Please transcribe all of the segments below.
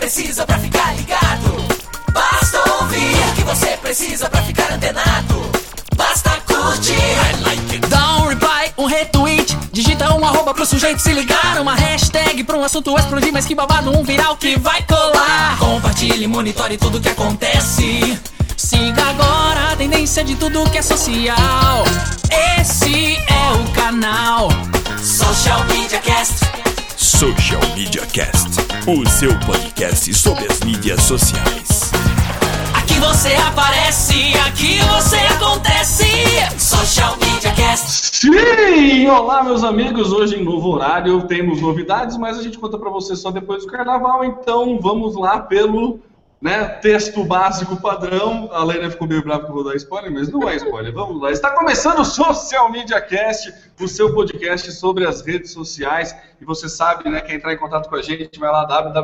precisa pra ficar ligado. Basta ouvir o que você precisa pra ficar antenado. Basta curtir. I like it. Dá um reply, um retweet. Digita um arroba pro sujeito se ligar. Uma hashtag pra um assunto explodir. Mas que babado, um viral que vai colar. Compartilhe, monitore tudo que acontece. Siga agora a tendência de tudo que é social. Esse é o canal Social Media Cast. Social Media Cast, o seu podcast sobre as mídias sociais. Aqui você aparece, aqui você acontece. Social Media Cast. Sim! Olá, meus amigos. Hoje em novo horário temos novidades, mas a gente conta pra você só depois do carnaval. Então vamos lá pelo texto básico padrão. A Lena ficou meio brava que eu vou dar spoiler, mas não é spoiler. Vamos lá. Está começando o Social Media Cast, o seu podcast sobre as redes sociais. E você sabe, quer entrar em contato com a gente, vai lá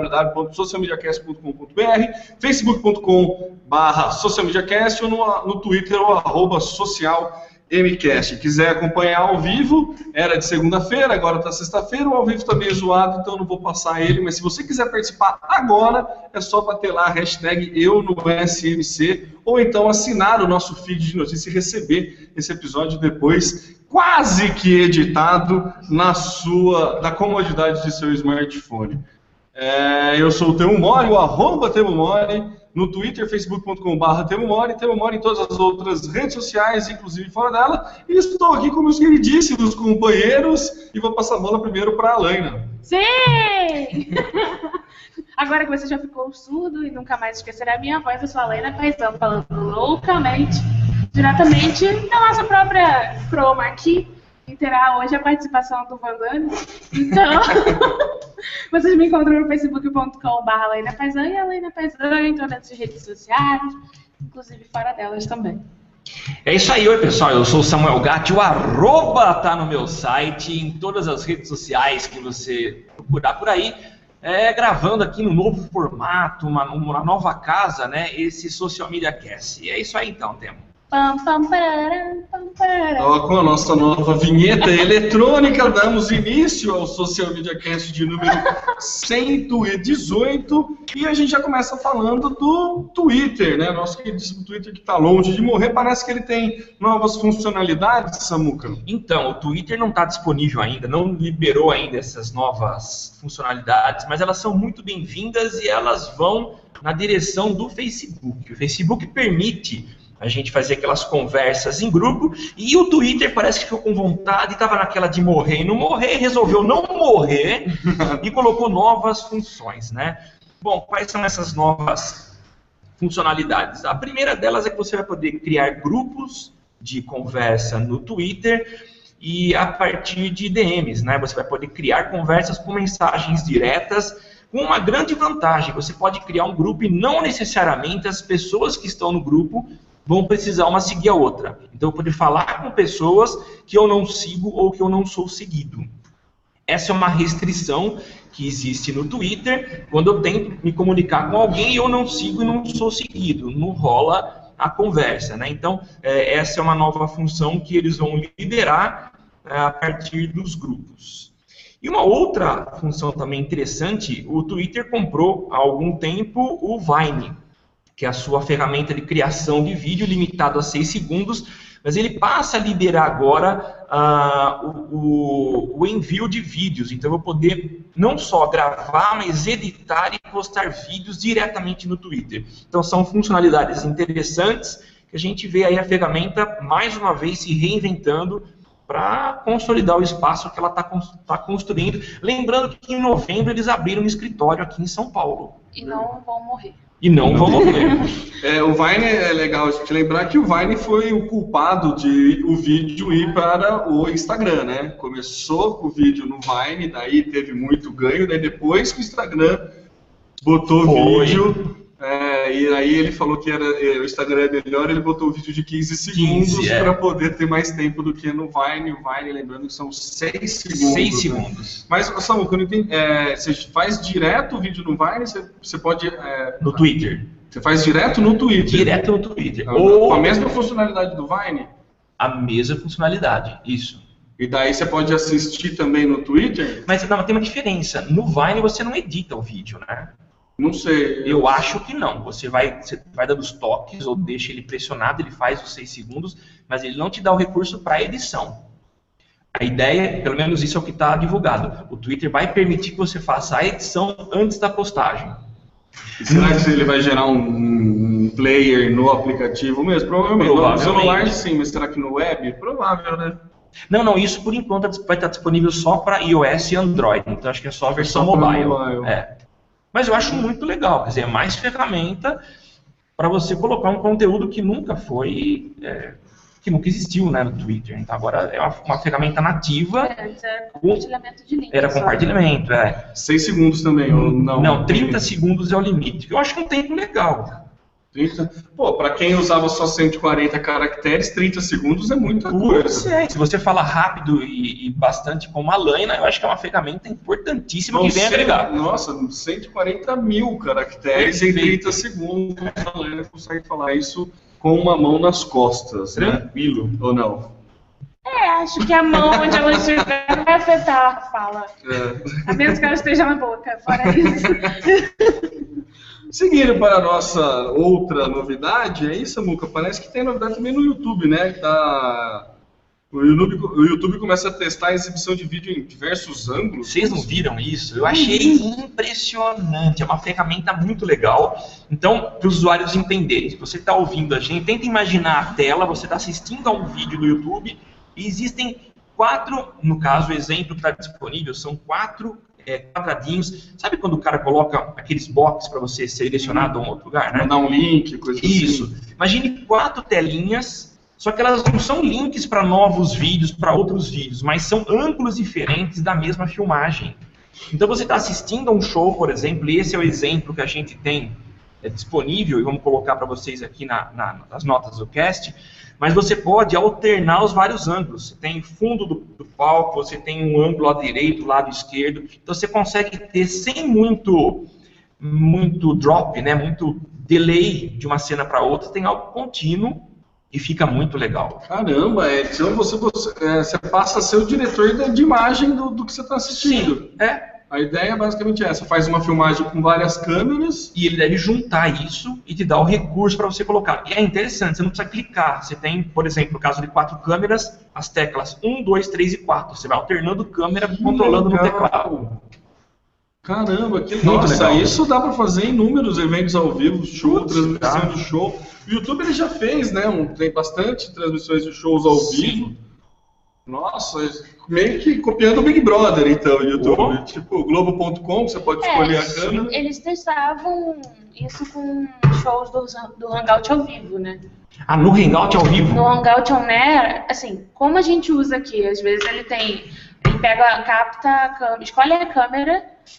www.socialmediacast.com.br, facebook.com/socialmediacast ou no Twitter ou @socialmcast. Quiser acompanhar ao vivo, era de segunda-feira, agora está sexta-feira, o ao vivo está meio zoado, então não vou passar ele, mas se você quiser participar agora, é só bater lá a hashtag eu no SMC, ou então assinar o nosso feed de notícias e receber esse episódio depois, quase que editado na comodidade de seu smartphone. Eu sou o Temo Mori, o @Temo Mori, no Twitter, facebook.com/Temo Mori, Temo Mori em todas as outras redes sociais, inclusive fora dela. E estou aqui com meus queridíssimos companheiros e vou passar a bola primeiro para a Alaina. Sim! Agora que você já ficou surdo e nunca mais esquecerá a minha voz, eu sou a Alaina Paisão, falando loucamente, diretamente da nossa própria Chroma Key. E terá hoje a participação do Vandani. Então, vocês me encontram no facebook.com/Alaina Paisão e Alaina Paisão em todas as redes sociais, inclusive fora delas também. É isso aí, oi pessoal, eu sou o Samuel Gatti, o arroba tá no meu site, em todas as redes sociais que você procurar por aí, gravando aqui no novo formato, uma nova casa, esse Social Media Cast. E é isso aí então, Temo. Com a nossa nova vinheta eletrônica, damos início ao Social Media Cast de número 118 e a gente já começa falando do Twitter, Nosso queridíssimo Twitter que está longe de morrer, parece que ele tem novas funcionalidades, Samuca. Então, o Twitter não está disponível ainda, não liberou ainda essas novas funcionalidades, mas elas são muito bem-vindas e elas vão na direção do Facebook. O Facebook permite a gente fazer aquelas conversas em grupo, e o Twitter parece que ficou com vontade, estava naquela de morrer e não morrer, resolveu não morrer e colocou novas funções, Bom, quais são essas novas funcionalidades? A primeira delas é que você vai poder criar grupos de conversa no Twitter e a partir de DMs, Você vai poder criar conversas com mensagens diretas, com uma grande vantagem, você pode criar um grupo e não necessariamente as pessoas que estão no grupo vão precisar uma seguir a outra. Então eu vou poder falar com pessoas que eu não sigo ou que eu não sou seguido. Essa é uma restrição que existe no Twitter, quando eu tento me comunicar com alguém e eu não sigo e não sou seguido. Não rola a conversa, Então essa é uma nova função que eles vão liberar a partir dos grupos. E uma outra função também interessante, o Twitter comprou há algum tempo o Vine, que é a sua ferramenta de criação de vídeo limitado a 6 segundos, mas ele passa a liberar agora o envio de vídeos. Então eu vou poder não só gravar, mas editar e postar vídeos diretamente no Twitter. Então são funcionalidades interessantes que a gente vê aí a ferramenta mais uma vez se reinventando para consolidar o espaço que ela está construindo. Lembrando que em novembro eles abriram um escritório aqui em São Paulo. E não vão morrer. O Vine, é legal a gente lembrar que o Vine foi o culpado de o vídeo ir para o Instagram, Começou com o vídeo no Vine, daí teve muito ganho, daí depois que o Instagram botou vídeo, e aí ele falou que o Instagram é melhor, ele botou o vídeo de 15 segundos para poder ter mais tempo do que no Vine. O Vine, lembrando que são 6 segundos. 6 segundos. Mas, Samuel, eu não entendi, você faz direto o vídeo no Vine? Você pode... no Twitter. Você faz direto no Twitter? Direto no Twitter. Com a mesma funcionalidade do Vine? A mesma funcionalidade, isso. E daí você pode assistir também no Twitter? Mas não, tem uma diferença. No Vine você não edita o vídeo, Não sei. Eu acho que não. Você vai dando os toques ou deixa ele pressionado, ele faz os 6 segundos, mas ele não te dá o recurso para edição. A ideia, pelo menos isso é o que está divulgado. O Twitter vai permitir que você faça a edição antes da postagem. E será que ele vai gerar um player no aplicativo mesmo? Provavelmente. No celular sim, mas será que no web? Provável, né? Não, isso por enquanto vai estar disponível só para iOS e Android. Então acho que é só a versão mobile. Mas eu acho muito legal. Quer dizer, é mais ferramenta para você colocar um conteúdo que nunca foi... que nunca existiu, né, no Twitter. Então agora é uma ferramenta nativa. Antes era compartilhamento de link. Era compartilhamento, 6 segundos também, ou não? Não, 30 segundos é o limite. Eu acho que é um tempo legal. 30? Pô, pra quem usava só 140 caracteres, 30 segundos é muita coisa. Se você fala rápido e bastante como a Laina, eu acho que é uma ferramenta importantíssima que vem agregar. Nossa, 140 mil caracteres em 30 segundos. A Laina consegue falar isso com uma mão nas costas, tranquilo, né? Ou não? Acho que a mão onde ela estiver não vai afetar a fala. A menos que ela esteja na boca, fora isso. Seguindo para a nossa outra novidade, é isso, Samuca? Parece que tem novidade também no YouTube, né? O YouTube começa a testar a exibição de vídeo em diversos ângulos. Vocês não viram isso? Eu achei impressionante. É uma ferramenta muito legal. Então, para os usuários entenderem, se você está ouvindo a gente, tenta imaginar a tela, você está assistindo a um vídeo no YouTube e existem 4, no caso, o exemplo que está disponível, são 4 quadradinhos. Sabe quando o cara coloca aqueles boxes para você ser direcionado a um outro lugar, né? Mandar um link, coisa assim. Isso. Imagine 4 telinhas, só que elas não são links para novos vídeos, para outros vídeos, mas são ângulos diferentes da mesma filmagem. Então você está assistindo a um show, por exemplo, e esse é o exemplo que a gente tem disponível, e vamos colocar para vocês aqui nas notas do cast, mas você pode alternar os vários ângulos. Você tem fundo do palco, você tem um ângulo lado direito, lado esquerdo, então você consegue ter sem muito drop, né, muito delay de uma cena para outra, tem algo contínuo e fica muito legal. Caramba, então você passa a ser o diretor de imagem do que você está assistindo. Sim, A ideia é basicamente essa, faz uma filmagem com várias câmeras. E ele deve juntar isso e te dar o recurso para você colocar. E é interessante, você não precisa clicar. Você tem, por exemplo, no caso de 4 câmeras, as teclas 1, 2, 3 e 4. Você vai alternando câmera, controlando no teclado. Caramba, que nossa, legal. Isso dá para fazer inúmeros eventos ao vivo, show, transmissão de show. O YouTube ele já fez, né? Tem bastante transmissões de shows ao vivo. Nossa, meio que copiando o Big Brother, então, o YouTube. Tipo, Globo.com, você pode escolher a câmera. Eles testavam isso com shows do Hangout ao vivo, né? No Hangout ao vivo? No Hangout On Air, assim, como a gente usa aqui, às vezes ele capta a câmera, escolhe a câmera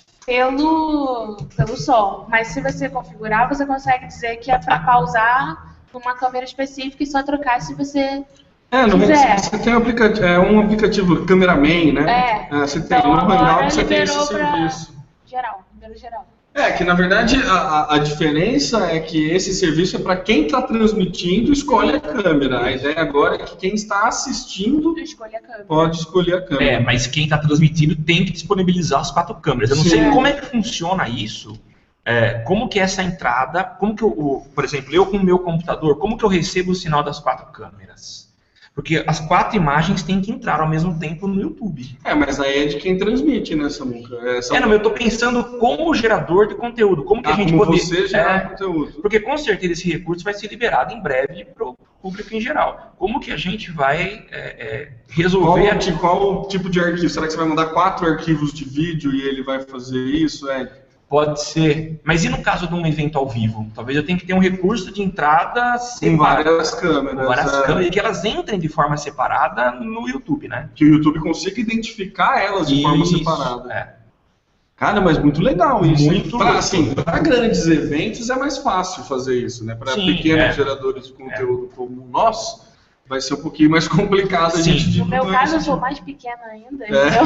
pelo som, mas se você configurar, você consegue dizer que é para pausar numa câmera específica e só trocar se você... Você tem um aplicativo Cameraman, né? Você tem então, no Hangout, você tem esse serviço. Geral. Que na verdade a diferença é que esse serviço é para quem está transmitindo escolhe a câmera. A ideia agora é que quem está assistindo pode escolher a câmera. Mas quem está transmitindo tem que disponibilizar as 4 câmeras. Eu não sei como é que funciona isso. Como que é essa entrada, como que por exemplo, eu com o meu computador, como que eu recebo o sinal das 4 câmeras? Porque as 4 imagens têm que entrar ao mesmo tempo no YouTube. Mas aí é de quem transmite, né, Samuca? Eu tô pensando como gerador de conteúdo. Como que a gente poder... você gerar conteúdo. Porque com certeza esse recurso vai ser liberado em breve para o público em geral. Como que a gente vai resolver... Qual tipo de arquivo? Será que você vai mandar 4 arquivos de vídeo e ele vai fazer isso? Pode ser. Mas e no caso de um evento ao vivo? Talvez eu tenha que ter um recurso de entrada com várias câmeras. E que elas entrem de forma separada no YouTube, né? Que o YouTube consiga identificar elas de forma separada. Cara, mas muito legal isso. Para grandes eventos é mais fácil fazer isso, né? Para pequenos geradores de conteúdo como nós, vai ser um pouquinho mais complicado a gente divulgar. No meu caso, eu sou mais pequena ainda.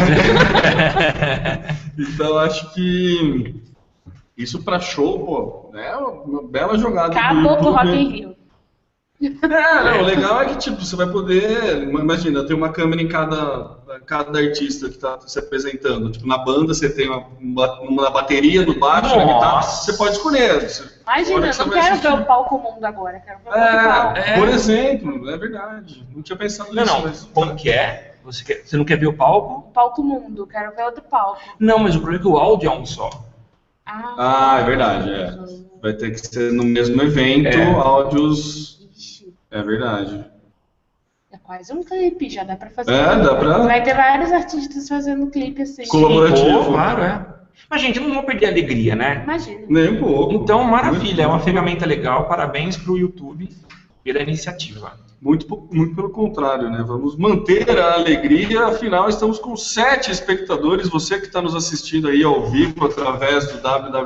Então, acho que isso para show, é uma bela jogada. Acabou pro Rock in Rio. O legal é que você vai poder, imagina, ter uma câmera em cada cada artista que está se apresentando? Tipo, na banda você tem uma bateria, no baixo, na guitarra, você pode escolher. Imagina, eu não quero ver o palco mundo agora, quero ver o palco. Por exemplo, é verdade. Não tinha pensado nisso. Não, como que é? Você não quer ver o palco? O palco mundo, quero ver outro palco. Não, mas o problema é que o áudio é um só. É verdade, Vai ter que ser no mesmo evento, áudios... Ixi. É verdade. É quase um clipe, já dá pra fazer. Dá pra... Vai ter vários artistas fazendo clipe assim. Colaborativo. Claro, Mas, gente, não vou perder a alegria, né? Imagina. Nem um pouco. Então, maravilha, é uma ferramenta legal. Parabéns pro YouTube pela iniciativa. Muito pelo contrário, né? Vamos manter a alegria, afinal estamos com 7 espectadores, você que está nos assistindo aí ao vivo através do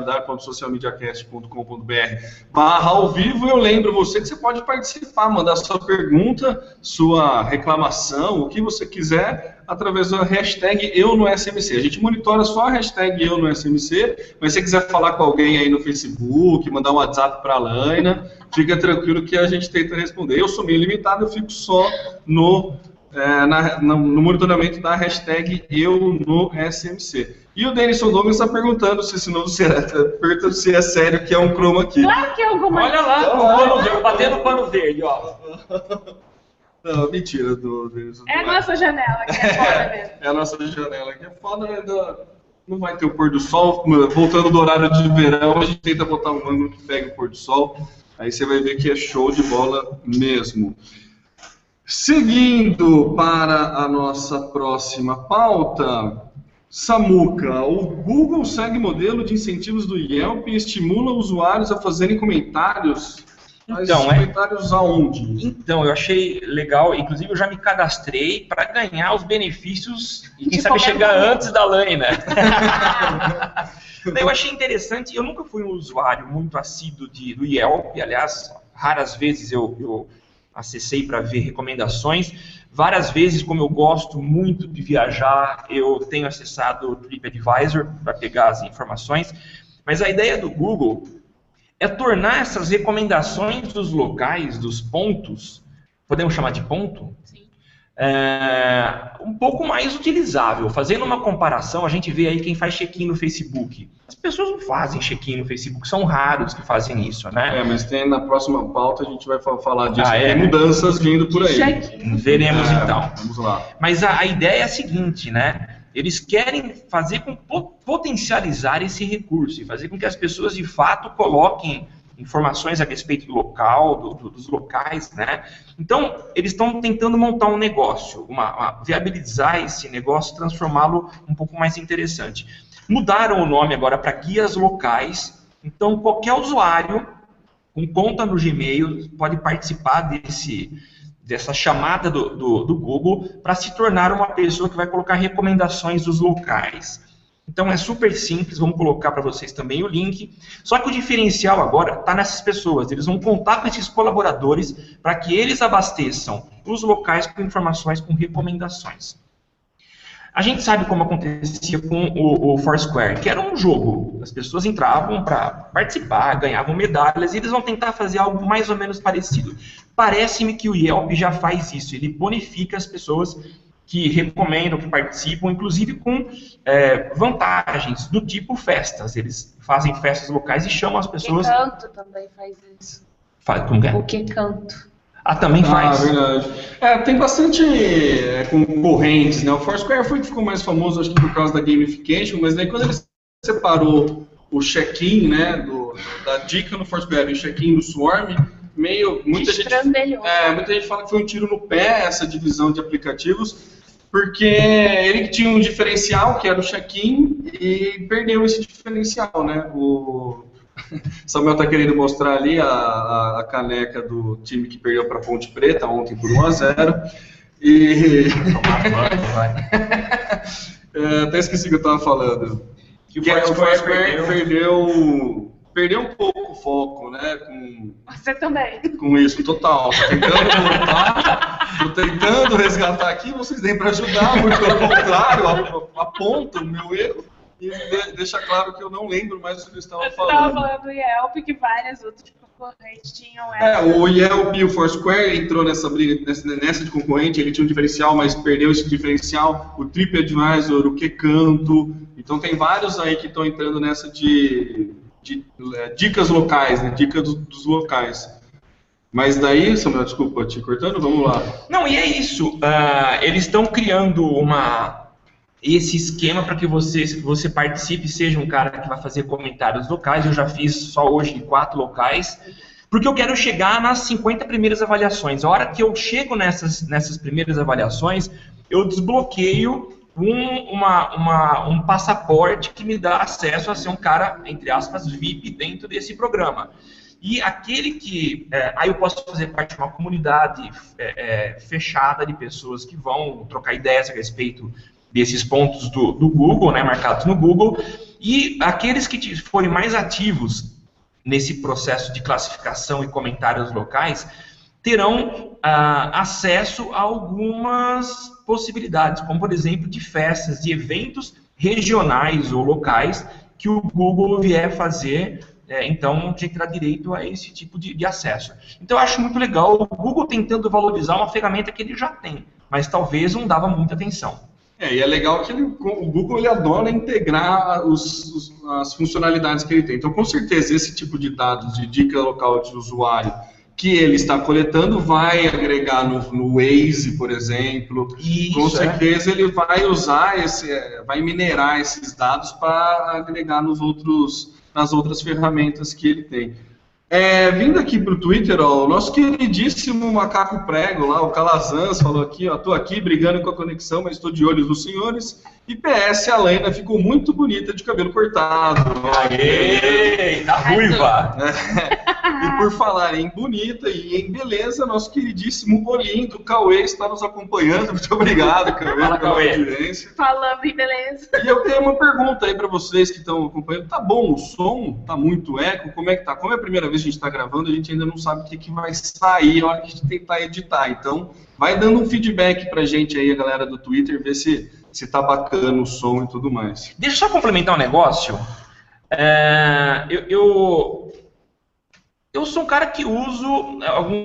www.socialmediacast.com.br/ao vivo, eu lembro você que você pode participar, mandar sua pergunta, sua reclamação, o que você quiser, através da hashtag EuNoSMC. A gente monitora só a hashtag EuNoSMC, mas se você quiser falar com alguém aí no Facebook, mandar um WhatsApp para a Laina, fica tranquilo que a gente tenta responder. Eu sou meio limitado, eu fico só no monitoramento da hashtag EuNoSMC. E o Denison Douglas está perguntando se esse novo perguntando se é sério que é um chroma key. Claro que é alguma Olha lá, batendo o pano verde, ó. Não, mentira do Denison. É a nossa janela, que é foda mesmo. É a nossa janela, que é foda, né? Não vai ter o pôr do sol. Voltando do horário de verão, a gente tenta botar um ângulo que pegue o pôr do sol. Aí você vai ver que é show de bola mesmo. Seguindo para a nossa próxima pauta, Samuca, o Google segue modelo de incentivos do Yelp e estimula usuários a fazerem comentários. Então, comentários aonde? Então, eu achei legal, inclusive eu já me cadastrei para ganhar os benefícios e quem sabe chegar antes da Laina. Eu achei interessante, eu nunca fui um usuário muito assíduo do Yelp, aliás, raras vezes eu acessei para ver recomendações, várias vezes, como eu gosto muito de viajar, eu tenho acessado o TripAdvisor para pegar as informações, mas a ideia do Google é tornar essas recomendações dos locais, dos pontos, podemos chamar de ponto? Sim. Um pouco mais utilizável. Fazendo uma comparação, a gente vê aí quem faz check-in no Facebook. As pessoas não fazem check-in no Facebook, são raros que fazem isso, né? Mas na próxima pauta a gente vai falar disso. Tem mudanças vindo por aí. Veremos então. Vamos lá. Mas a ideia é a seguinte, né? Eles querem fazer potencializar esse recurso e fazer com que as pessoas de fato coloquem informações a respeito do local, dos locais, né? Então, eles estão tentando montar um negócio, viabilizar esse negócio, transformá-lo um pouco mais interessante. Mudaram o nome agora para guias locais, então qualquer usuário com conta no Gmail pode participar dessa chamada do Google para se tornar uma pessoa que vai colocar recomendações dos locais. Então é super simples, vamos colocar para vocês também o link. Só que o diferencial agora está nessas pessoas. Eles vão contar com esses colaboradores para que eles abasteçam os locais com informações, com recomendações. A gente sabe como acontecia com o Foursquare, que era um jogo. As pessoas entravam para participar, ganhavam medalhas, e eles vão tentar fazer algo mais ou menos parecido. Parece-me que o Yelp já faz isso, ele bonifica as pessoas que recomendam, que participam, inclusive com vantagens do tipo festas. Eles fazem festas locais e chamam as pessoas... O Que Canto também faz isso. Como que é? O Que Canto. Também faz. Verdade. Tem bastante concorrentes, né? O Foursquare ficou mais famoso, acho que por causa da gamification, mas daí quando ele separou o check-in, né, da dica no Foursquare e o check-in no Swarm, muita gente fala que foi um tiro no pé essa divisão de aplicativos, porque ele tinha um diferencial, que era o check-in, e perdeu esse diferencial, né? O Samuel está querendo mostrar ali a caneca do time que perdeu para a Ponte Preta ontem por 1-0. E... até esqueci o que eu estava falando. Que o Foursquare perdeu um pouco o foco, né? Você também. Com isso, total. Tô tentando voltar, tô tentando resgatar aqui, vocês vêm para ajudar, muito pelo contrário, apontam o meu erro. E deixa claro que eu não lembro mais do que eu estava Você falando. estava falando do Yelp, que várias outras concorrentes tinham essa. O Yelp e o Foursquare entrou nessa briga, nessa de concorrente, ele tinha um diferencial, mas perdeu esse diferencial. O TripAdvisor, o QCanto. Então tem vários aí que estão entrando nessa de dicas locais, né? Dicas dos locais. Mas daí, Samuel, desculpa, te cortando, vamos lá. Não, e é isso. Eles estão criando esse esquema para que você participe, seja um cara que vai fazer comentários locais. Eu já fiz só hoje 4 locais, porque eu quero chegar nas 50 primeiras avaliações. A hora que eu chego nessas primeiras avaliações, eu desbloqueio um passaporte que me dá acesso a ser um cara, entre aspas, VIP dentro desse programa. E aquele que... aí eu posso fazer parte de uma comunidade fechada de pessoas que vão trocar ideias a respeito desses pontos do Google, né, marcados no Google, e aqueles que forem mais ativos nesse processo de classificação e comentários locais terão acesso a algumas possibilidades, como, por exemplo, de festas, de eventos regionais ou locais que o Google vier fazer, então a gente terá direito a esse tipo de acesso. Então eu acho muito legal o Google tentando valorizar uma ferramenta que ele já tem, mas talvez não dava muita atenção. E é legal que o Google ele adora integrar as funcionalidades que ele tem. Então, com certeza, esse tipo de dados de dica local de usuário que ele está coletando vai agregar no Waze, por exemplo. Isso, com certeza ele vai usar vai minerar esses dados para agregar nas outras ferramentas que ele tem. Vindo aqui para o Twitter, ó, o nosso queridíssimo macaco prego lá, o Calazans, falou aqui, ó, tô aqui brigando com a conexão, mas estou de olho nos senhores. E PS, a Lena ficou muito bonita de cabelo cortado. Aê, tá ruiva! E por falar em bonita e em beleza, nosso queridíssimo Olim do Cauê está nos acompanhando. Muito obrigado, Cauê, Fala, pela Cauê. audiência. Falando em beleza. E eu tenho uma pergunta aí para vocês que estão acompanhando. Tá bom o som? Tá muito eco? Como é que tá? Como é a primeira vez que a gente está gravando, a gente ainda não sabe o que vai sair na hora que a gente tentar editar. Então, vai dando um feedback pra gente aí, a galera do Twitter, ver se tá bacana o som e tudo mais. Deixa eu só complementar um negócio. Eu sou um cara que uso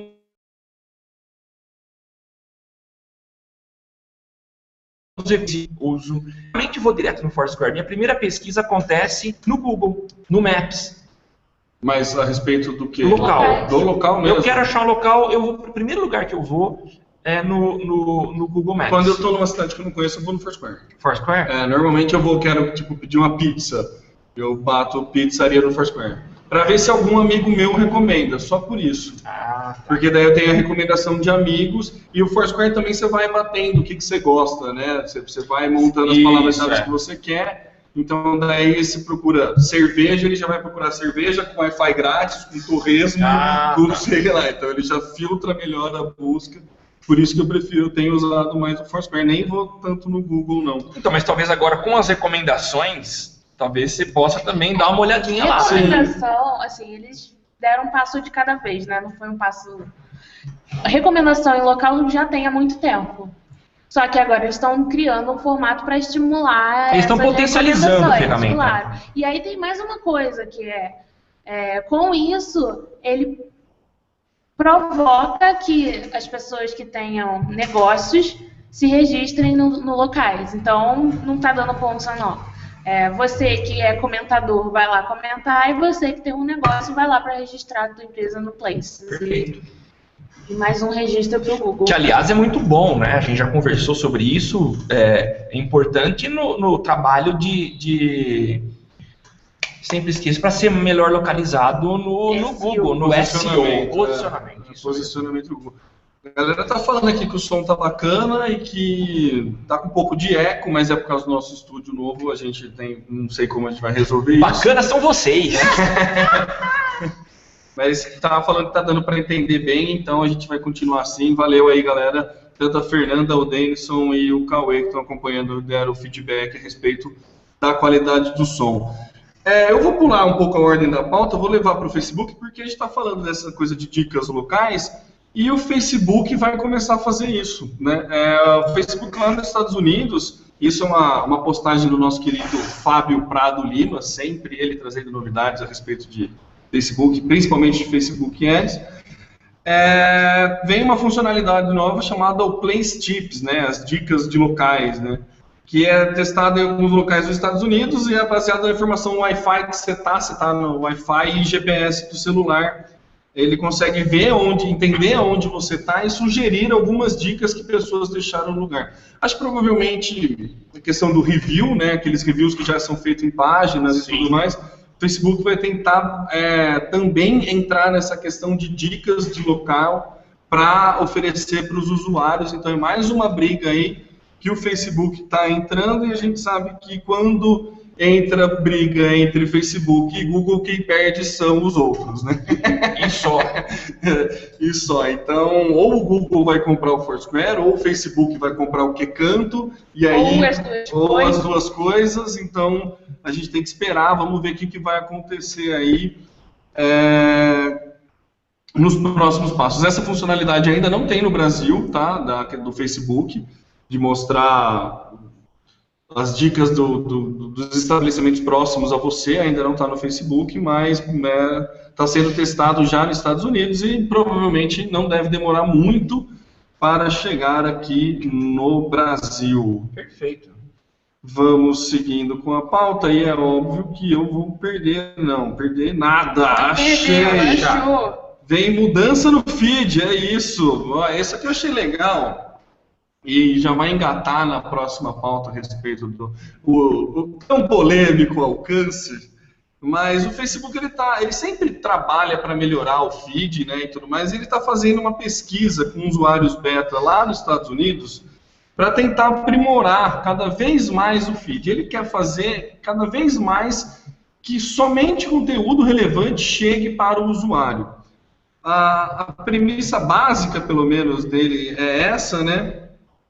realmente vou direto no Foursquare. Minha primeira pesquisa acontece no Google, no Maps. Mas a respeito do que? Local. Do local mesmo. Eu quero achar um local, o primeiro lugar que eu vou é no Google Maps. Quando eu estou numa cidade que eu não conheço, eu vou no Foursquare. Foursquare? Normalmente eu quero pedir uma pizza. Eu bato pizzaria no Foursquare. Para ver se algum amigo meu recomenda, só por isso. Tá. Porque daí eu tenho a recomendação de amigos e o Foursquare também você vai batendo o que você gosta, né? Você vai montando as palavras-chave que você quer. Então daí você procura cerveja, ele já vai procurar cerveja com Wi-Fi grátis, com torresmo, tudo sei lá. Então ele já filtra melhor a busca. Por isso que eu tenho usado mais o Foursquare. Nem vou tanto no Google, não. Então, mas talvez agora com as recomendações, talvez você possa também dar uma olhadinha lá. Recomendação, assim, eles deram um passo de cada vez, né? Não foi um passo... A recomendação em local já tem há muito tempo. Só que agora eles estão criando um formato para estimular. Eles estão potencializando a ferramenta. Claro. E aí tem mais uma coisa que com isso, ele provoca que as pessoas que tenham negócios se registrem no locais. Então, não está dando ponto não. Você que é comentador vai lá comentar e você que tem um negócio vai lá para registrar a tua empresa no Place. Perfeito. E mais um registro para o Google. Que, aliás, é muito bom, né? A gente já conversou sobre isso. É importante no trabalho de... Sempre esqueço, para ser melhor localizado no Google, no SEO. Posicionamento do Google. A galera tá falando aqui que o som tá bacana e que tá com um pouco de eco, mas é por causa do nosso estúdio novo, a gente não sei como a gente vai resolver isso. Bacana são vocês! Mas tava falando que tá dando para entender bem, então a gente vai continuar assim. Valeu aí, galera. Tanto a Fernanda, o Denison e o Cauê que estão acompanhando deram o feedback a respeito da qualidade do som. Eu vou pular um pouco a ordem da pauta, vou levar para o Facebook, porque a gente está falando dessa coisa de dicas locais, e o Facebook vai começar a fazer isso, né? O Facebook lá nos Estados Unidos, Isso é uma postagem do nosso querido Fábio Prado Lima, sempre ele trazendo novidades a respeito de Facebook, principalmente de Facebook Ads. Vem uma funcionalidade nova chamada o Place Tips, né, as dicas de locais, né, que é testada em alguns locais dos Estados Unidos e é baseada na informação Wi-Fi que você está no Wi-Fi e GPS do celular. Ele consegue ver entender onde você está e sugerir algumas dicas que pessoas deixaram no lugar. Acho que provavelmente a questão do review, né, aqueles reviews que já são feitos em páginas e tudo mais, o Facebook vai tentar também entrar nessa questão de dicas de local para oferecer para os usuários. Então é mais uma briga aí que o Facebook está entrando, e a gente sabe que quando entra briga entre Facebook e Google, quem perde são os outros, né? E só. Então, ou o Google vai comprar o Foursquare, ou o Facebook vai comprar o QCanto, e aí, ou as duas coisas. Então, a gente tem que esperar, vamos ver o que vai acontecer aí nos próximos passos. Essa funcionalidade ainda não tem no Brasil, tá? Do Facebook, de mostrar as dicas dos estabelecimentos próximos a você, ainda não está no Facebook, mas está sendo testado já nos Estados Unidos e provavelmente não deve demorar muito para chegar aqui no Brasil. Perfeito. Vamos seguindo com a pauta, e é óbvio que eu vou perder nada. Achei! Vem mudança no feed, é isso. Esse aqui eu achei legal. E já vai engatar na próxima pauta a respeito do tão polêmico alcance, mas o Facebook ele sempre trabalha para melhorar o feed, né, e tudo mais. Ele está fazendo uma pesquisa com usuários beta lá nos Estados Unidos para tentar aprimorar cada vez mais o feed. Ele quer fazer cada vez mais que somente conteúdo relevante chegue para o usuário. A premissa básica, pelo menos, dele é essa, né?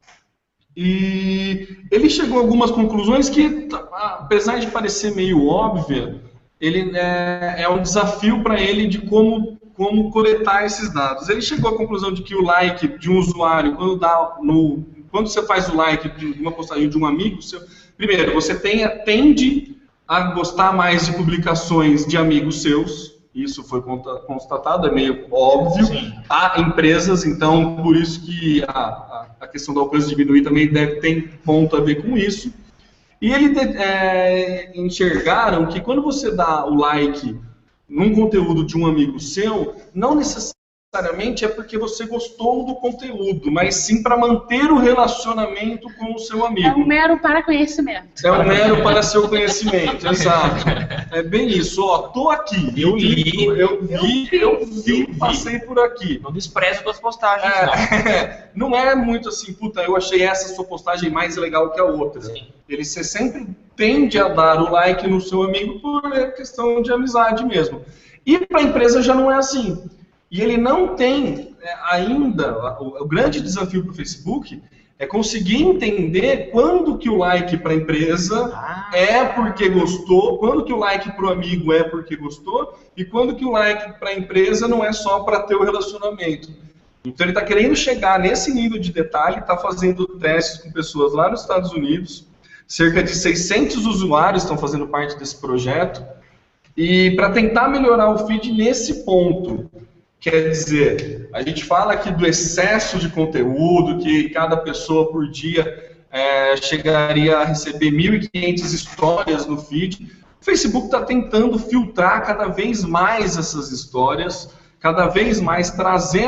E ele chegou a algumas conclusões que, apesar de parecer meio óbvia, ele é um desafio para ele de como coletar esses dados. Ele chegou à conclusão de que o like de um usuário, quando você faz o like de uma postagem de um amigo seu, primeiro, você tende a gostar mais de publicações de amigos seus. Isso foi constatado, é meio óbvio. Sim. Há empresas, então, por isso que a questão do alcance diminuir também ter ponto a ver com isso. E eles enxergaram que quando você dá o like num conteúdo de um amigo seu, não necessariamente é porque você gostou do conteúdo, mas sim para manter o relacionamento com o seu amigo. É um mero para conhecimento. É um mero para seu conhecimento, exato. É bem isso, tô aqui. Eu vi, passei por aqui. Não desprezo das postagens, não. Não é muito assim, eu achei essa sua postagem mais legal que a outra. Sim. Você sempre tende a dar o like no seu amigo por questão de amizade mesmo. E para a empresa já não é assim. E ele não tem ainda, o grande desafio para o Facebook é conseguir entender quando que o like para a empresa é porque gostou, quando que o like para o amigo é porque gostou, e quando que o like para a empresa não é só para ter o relacionamento. Então ele está querendo chegar nesse nível de detalhe, está fazendo testes com pessoas lá nos Estados Unidos, cerca de 600 usuários estão fazendo parte desse projeto, e para tentar melhorar o feed nesse ponto. Quer dizer, a gente fala aqui do excesso de conteúdo, que cada pessoa por dia chegaria a receber 1.500 histórias no feed. O Facebook está tentando filtrar cada vez mais essas histórias, cada vez mais trazer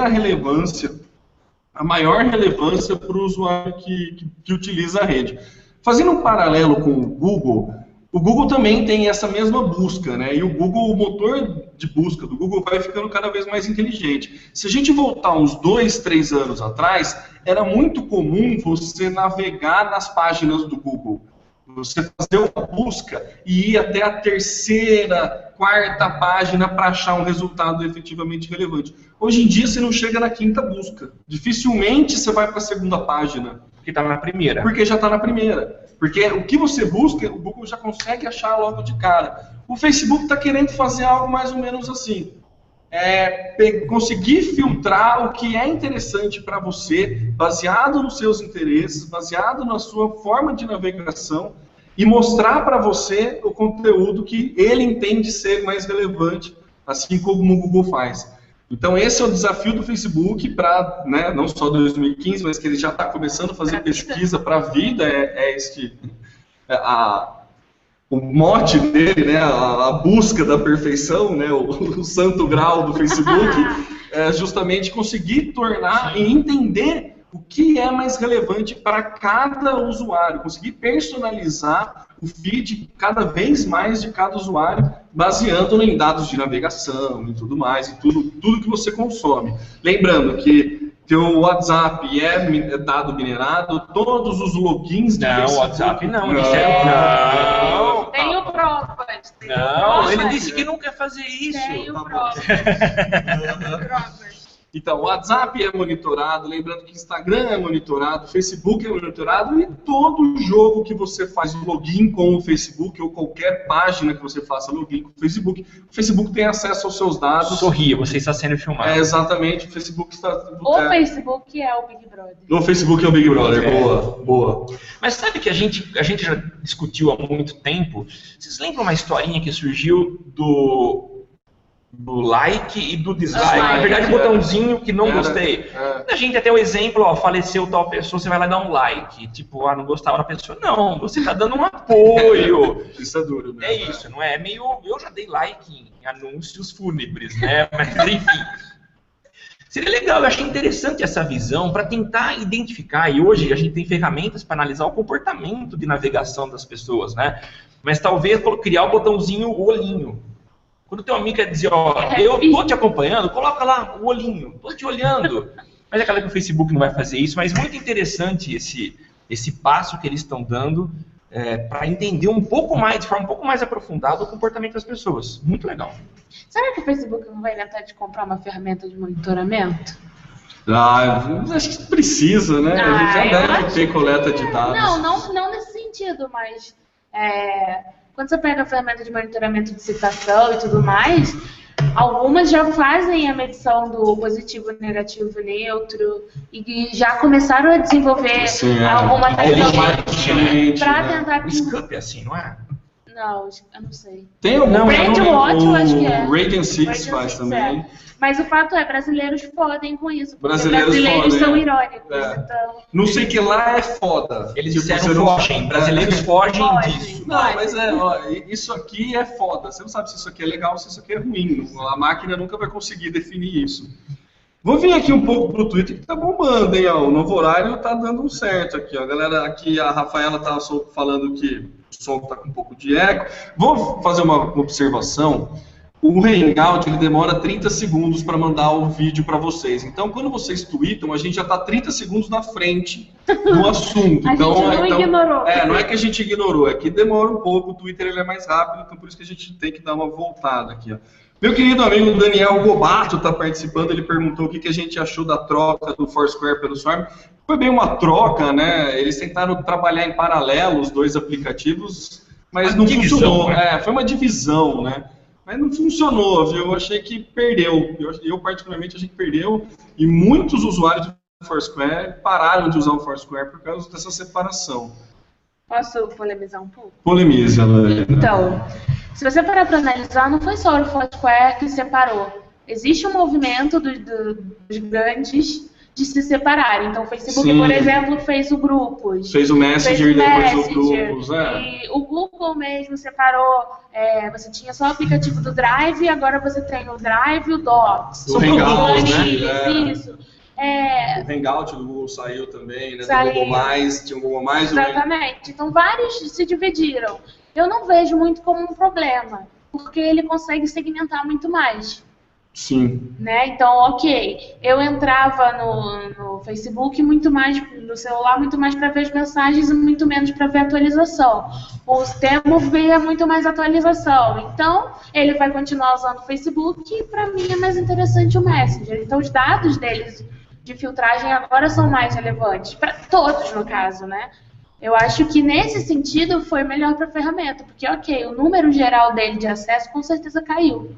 a maior relevância para o usuário que utiliza a rede. Fazendo um paralelo com o Google também tem essa mesma busca, né? E o motor de busca do Google vai ficando cada vez mais inteligente. Se a gente voltar uns 2, 3 anos atrás, era muito comum você navegar nas páginas do Google. Você fazer uma busca e ir até a 3ª, 4ª página para achar um resultado efetivamente relevante. Hoje em dia você não chega na 5ª busca. Dificilmente você vai para a 2ª página. Porque está na primeira. Porque já está na primeira. Porque o que você busca, o Google já consegue achar logo de cara. O Facebook está querendo fazer algo mais ou menos assim. conseguir filtrar o que é interessante para você, baseado nos seus interesses, baseado na sua forma de navegação, e mostrar para você o conteúdo que ele entende ser mais relevante, assim como o Google faz. Então esse é o desafio do Facebook para, né, não só 2015, mas que ele já está começando a fazer pesquisa para a vida, o mote dele, né, a busca da perfeição, né, o santo grau do Facebook, é justamente conseguir tornar e entender o que é mais relevante para cada usuário, conseguir personalizar o feed cada vez mais de cada usuário, baseando em dados de navegação e tudo mais, e tudo que você consome. Lembrando que teu WhatsApp é dado minerado, todos os logins do Facebook... Não, WhatsApp não. Não. Tenho provas. Não, ele disse que não quer fazer isso. Tenho provas. Então, o WhatsApp é monitorado, lembrando que Instagram é monitorado, Facebook é monitorado, e todo jogo que você faz login com o Facebook, ou qualquer página que você faça login com o Facebook tem acesso aos seus dados. Sorria, você está sendo filmado. Exatamente, o Facebook está... Facebook é o Big Brother. O Facebook é o Big Brother, boa. Mas sabe que a gente já discutiu há muito tempo? Vocês lembram uma historinha que surgiu do like e do dislike? Na verdade, o botãozinho que não gostei. A gente até o exemplo, faleceu tal pessoa, você vai lá dar um like. Tipo, não gostava da pessoa. Não, você está dando um apoio. Isso é duro, né? É isso, não é? Meio... Eu já dei like em anúncios fúnebres, né? Mas enfim. Seria legal, eu achei interessante essa visão para tentar identificar, e hoje a gente tem ferramentas para analisar o comportamento de navegação das pessoas, né? Mas talvez criar o botãozinho, o olhinho. Quando teu amigo quer dizer, eu tô te acompanhando, coloca lá o olhinho, tô te olhando. Mas é claro que o Facebook não vai fazer isso, mas muito interessante esse passo que eles estão dando para entender um pouco mais, de forma um pouco mais aprofundada, o comportamento das pessoas. Muito legal. Será que o Facebook não vai inventar de comprar uma ferramenta de monitoramento? Acho que precisa, né? A gente já deve ter coleta de dados. Não nesse sentido, mas... Quando você pega a ferramenta de monitoramento de citação e tudo mais, algumas já fazem a medição do positivo, negativo, neutro, e já começaram a desenvolver alguma tecnologia para tentar... O Scamp é assim, não é? Não, eu não sei. Tem algum Brandwatch, eu acho que é. O Radiant 6 faz também. Mas o fato é, brasileiros podem com isso. Brasileiros são irônicos. Então... Não sei que lá é foda. Eles disseram fogem. Brasileiros fogem disso. Não, mas isso aqui é foda. Você não sabe se isso aqui é legal ou se isso aqui é ruim. A máquina nunca vai conseguir definir isso. Vou vir aqui um pouco pro Twitter que tá bombando, hein? O novo horário tá dando certo aqui, ó. Galera, aqui a Rafaela tá falando que o som tá com um pouco de eco. Vou fazer uma observação. O Hangout, ele demora 30 segundos para mandar o vídeo para vocês. Então, quando vocês tweetam, a gente já está 30 segundos na frente do assunto. A gente não ignorou. Não é que a gente ignorou, é que demora um pouco, o Twitter ele é mais rápido, então por isso que a gente tem que dar uma voltada aqui. Ó. Meu querido amigo Daniel Gobato está participando, ele perguntou o que a gente achou da troca do Foursquare pelo Swarm. Foi bem uma troca, né? Eles tentaram trabalhar em paralelo os dois aplicativos, mas não funcionou. Né? Foi uma divisão, né? Mas não funcionou, viu? Eu achei que perdeu. Eu particularmente achei que perdeu. E muitos usuários do Foursquare pararam de usar o Foursquare por causa dessa separação. Posso polemizar um pouco? Polemiza, Ana. Então, se você parar para analisar, não foi só o Foursquare que separou. Existe um movimento dos grandes de se separarem. Então, o Facebook, por exemplo, fez o Grupos. Fez o Messenger e depois o Grupos. E o Google mesmo separou. Você tinha só o aplicativo do Drive e agora você tem o Drive e o Docs. O Hangout, né? Isso. O Hangout do Google saiu também, né? Do Google Mais, tinha o Google Mais. Exatamente. Então, vários se dividiram. Eu não vejo muito como um problema, porque ele consegue segmentar muito mais. Sim. Né? Então, ok, eu entrava no Facebook muito mais, no celular muito mais para ver as mensagens e muito menos para ver a atualização. O Temo vê muito mais atualização. Então, ele vai continuar usando o Facebook e para mim é mais interessante o Messenger. Então, os dados deles de filtragem agora são mais relevantes, para todos no caso, né? Eu acho que nesse sentido foi melhor para a ferramenta, porque ok, o número geral dele de acesso com certeza caiu.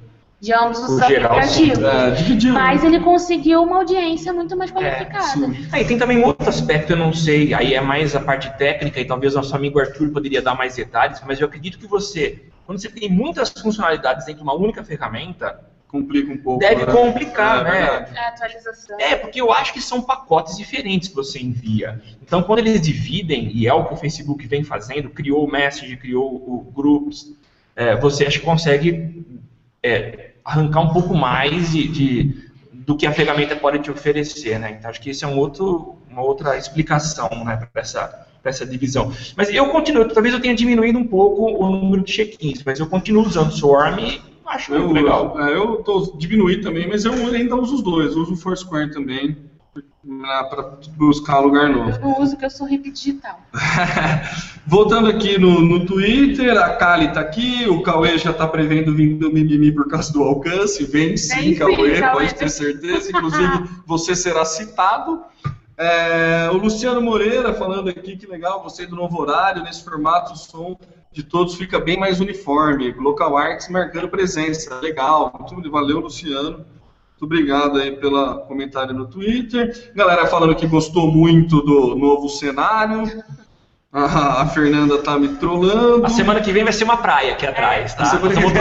de ambos os geral, aplicativos. Dividiu. Mas ele conseguiu uma audiência muito mais qualificada. E tem também um outro aspecto, eu não sei, aí é mais a parte técnica, e talvez nosso amigo Arthur poderia dar mais detalhes, mas eu acredito que quando você tem muitas funcionalidades dentro de uma única ferramenta, complica um pouco. Deve complicar, né? A atualização. Porque eu acho que são pacotes diferentes que você envia. Então, quando eles dividem, e é o que o Facebook vem fazendo, criou o Message, criou o Groups, você acha que consegue arrancar um pouco mais do que a ferramenta pode te oferecer, né? Então, acho que esse é uma outra explicação, né, para essa divisão. Mas eu continuo, talvez eu tenha diminuído um pouco o número de check-ins, mas eu continuo usando o Swarm e acho muito legal. Eu tô diminuindo também, mas eu ainda uso os dois. Eu uso o Foursquare também, para buscar lugar novo. Eu não uso porque eu sou hippie digital. Voltando aqui no Twitter, a Kali tá aqui, o Cauê já tá prevendo vir do mimimi por causa do alcance. Vem sim, Cauê, pode ter certeza. Inclusive, você será citado. O Luciano Moreira falando aqui, que legal, gostei do novo horário, nesse formato o som de todos fica bem mais uniforme, Local Arts marcando presença, legal, muito valeu, Luciano, muito obrigado aí pelo comentário no Twitter, galera falando que gostou muito do novo cenário, a Fernanda tá me trollando. A semana que vem vai ser uma praia aqui atrás, tá? Semana que vem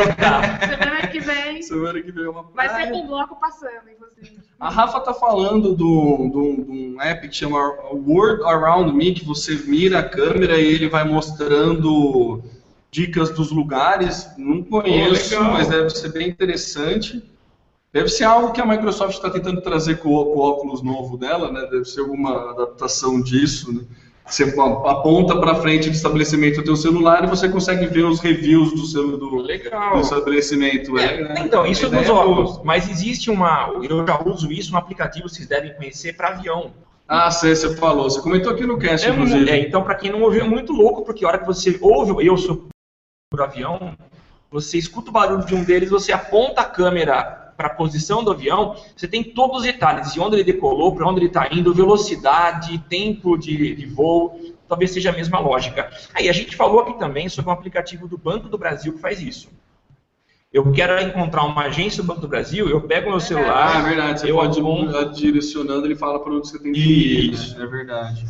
é uma praia. Vai ser com o bloco passando, inclusive. A Rafa tá falando de um app que chama World Around Me, que você mira a câmera e ele vai mostrando dicas dos lugares. Não conheço, mas deve ser bem interessante. Deve ser algo que a Microsoft está tentando trazer com o óculos novo dela, né? Deve ser alguma adaptação disso, né? Você aponta para frente do estabelecimento do teu celular e você consegue ver os reviews do estabelecimento. Então, isso dos óculos. Mas existe eu já uso isso no aplicativo, vocês devem conhecer, para avião. Você falou. Você comentou aqui no cast, inclusive. Então, para quem não ouviu, é muito louco, porque a hora que você ouve, eu sou por avião, você escuta o barulho de um deles, você aponta a câmera para a posição do avião, você tem todos os detalhes, de onde ele decolou, para onde ele está indo, velocidade, tempo de voo, talvez seja a mesma lógica. Aí a gente falou aqui também sobre um aplicativo do Banco do Brasil que faz isso. Eu quero encontrar uma agência do Banco do Brasil, eu pego meu celular... É verdade, você pode direcionando, ele fala para onde você tem que ir. Isso. É verdade.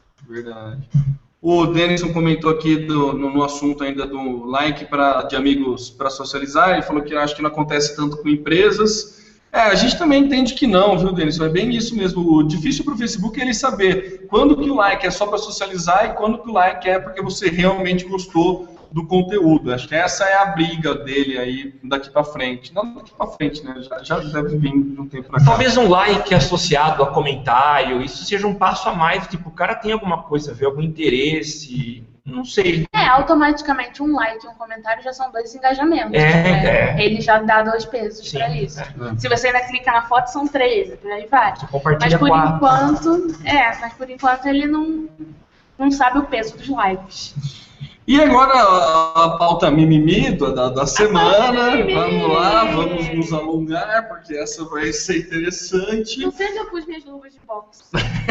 O Denison comentou aqui no assunto ainda do like de amigos para socializar, ele falou que acho que não acontece tanto com empresas. A gente também entende que não, viu, Denison? É bem isso mesmo. O difícil para o Facebook é ele saber quando que o like é só para socializar e quando que o like é porque você realmente gostou do conteúdo. Acho que essa é a briga dele aí daqui para frente. Não daqui para frente, né? Já deve vir de um tempo para cá. Talvez um like associado a comentário, isso seja um passo a mais, tipo, o cara tem alguma coisa a ver, algum interesse, não sei. Automaticamente um like e um comentário já são 2 engajamentos. Ele já dá 2 pesos para isso. Se você ainda clica na foto, são 13, por aí vai. Compartilha mas por enquanto ele não sabe o peso dos likes. E agora a pauta mimimi da semana, vamos lá, vamos nos alongar, porque essa vai ser interessante. Não sei se eu pus minhas luvas de boxe.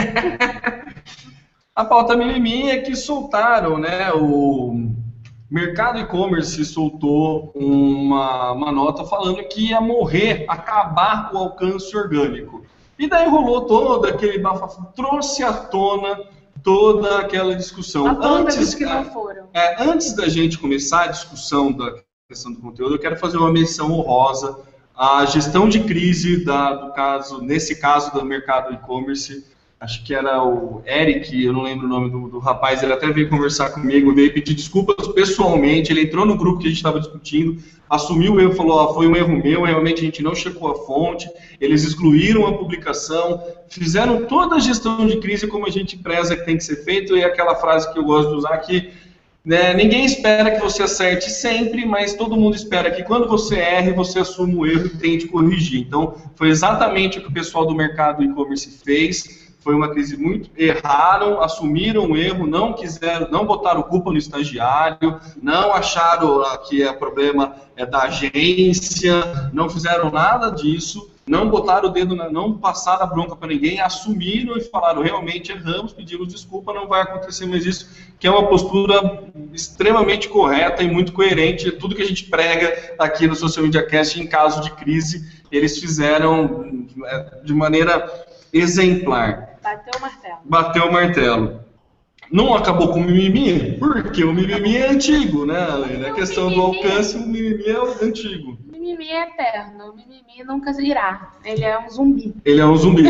A pauta mimimi é que soltaram, né, o mercado e-commerce soltou uma nota falando que ia acabar o alcance orgânico. E daí rolou todo aquele bafafá, trouxe à tona toda aquela discussão. Antes que não foram. Antes da gente começar a discussão da questão do conteúdo, eu quero fazer uma menção honrosa à gestão de crise nesse caso do mercado e-commerce. Acho que era o Eric, eu não lembro o nome do rapaz, ele até veio conversar comigo, veio pedir desculpas pessoalmente, ele entrou no grupo que a gente estava discutindo, assumiu o erro, falou, foi um erro meu, realmente a gente não checou a fonte, eles excluíram a publicação, fizeram toda a gestão de crise como a gente preza que tem que ser feito, e aquela frase que eu gosto de usar aqui, né, ninguém espera que você acerte sempre, mas todo mundo espera que quando você erre, você assuma o erro e tente corrigir. Então, foi exatamente o que o pessoal do mercado e-commerce fez. foi uma crise muito... Erraram, assumiram o erro, não botaram culpa no estagiário, não acharam que o problema é da agência, não fizeram nada disso, não botaram o dedo, não passaram a bronca para ninguém, assumiram e falaram, realmente erramos, pedimos desculpa, não vai acontecer mais isso, que é uma postura extremamente correta e muito coerente, tudo que a gente prega aqui no Social Media Cast em caso de crise, eles fizeram de maneira exemplar. Bateu o martelo. Não acabou com o mimimi, porque o mimimi é antigo, né? Na questão do alcance, o mimimi é antigo. O mimimi é eterno, o mimimi nunca irá. Ele é um zumbi. Ele é um zumbi.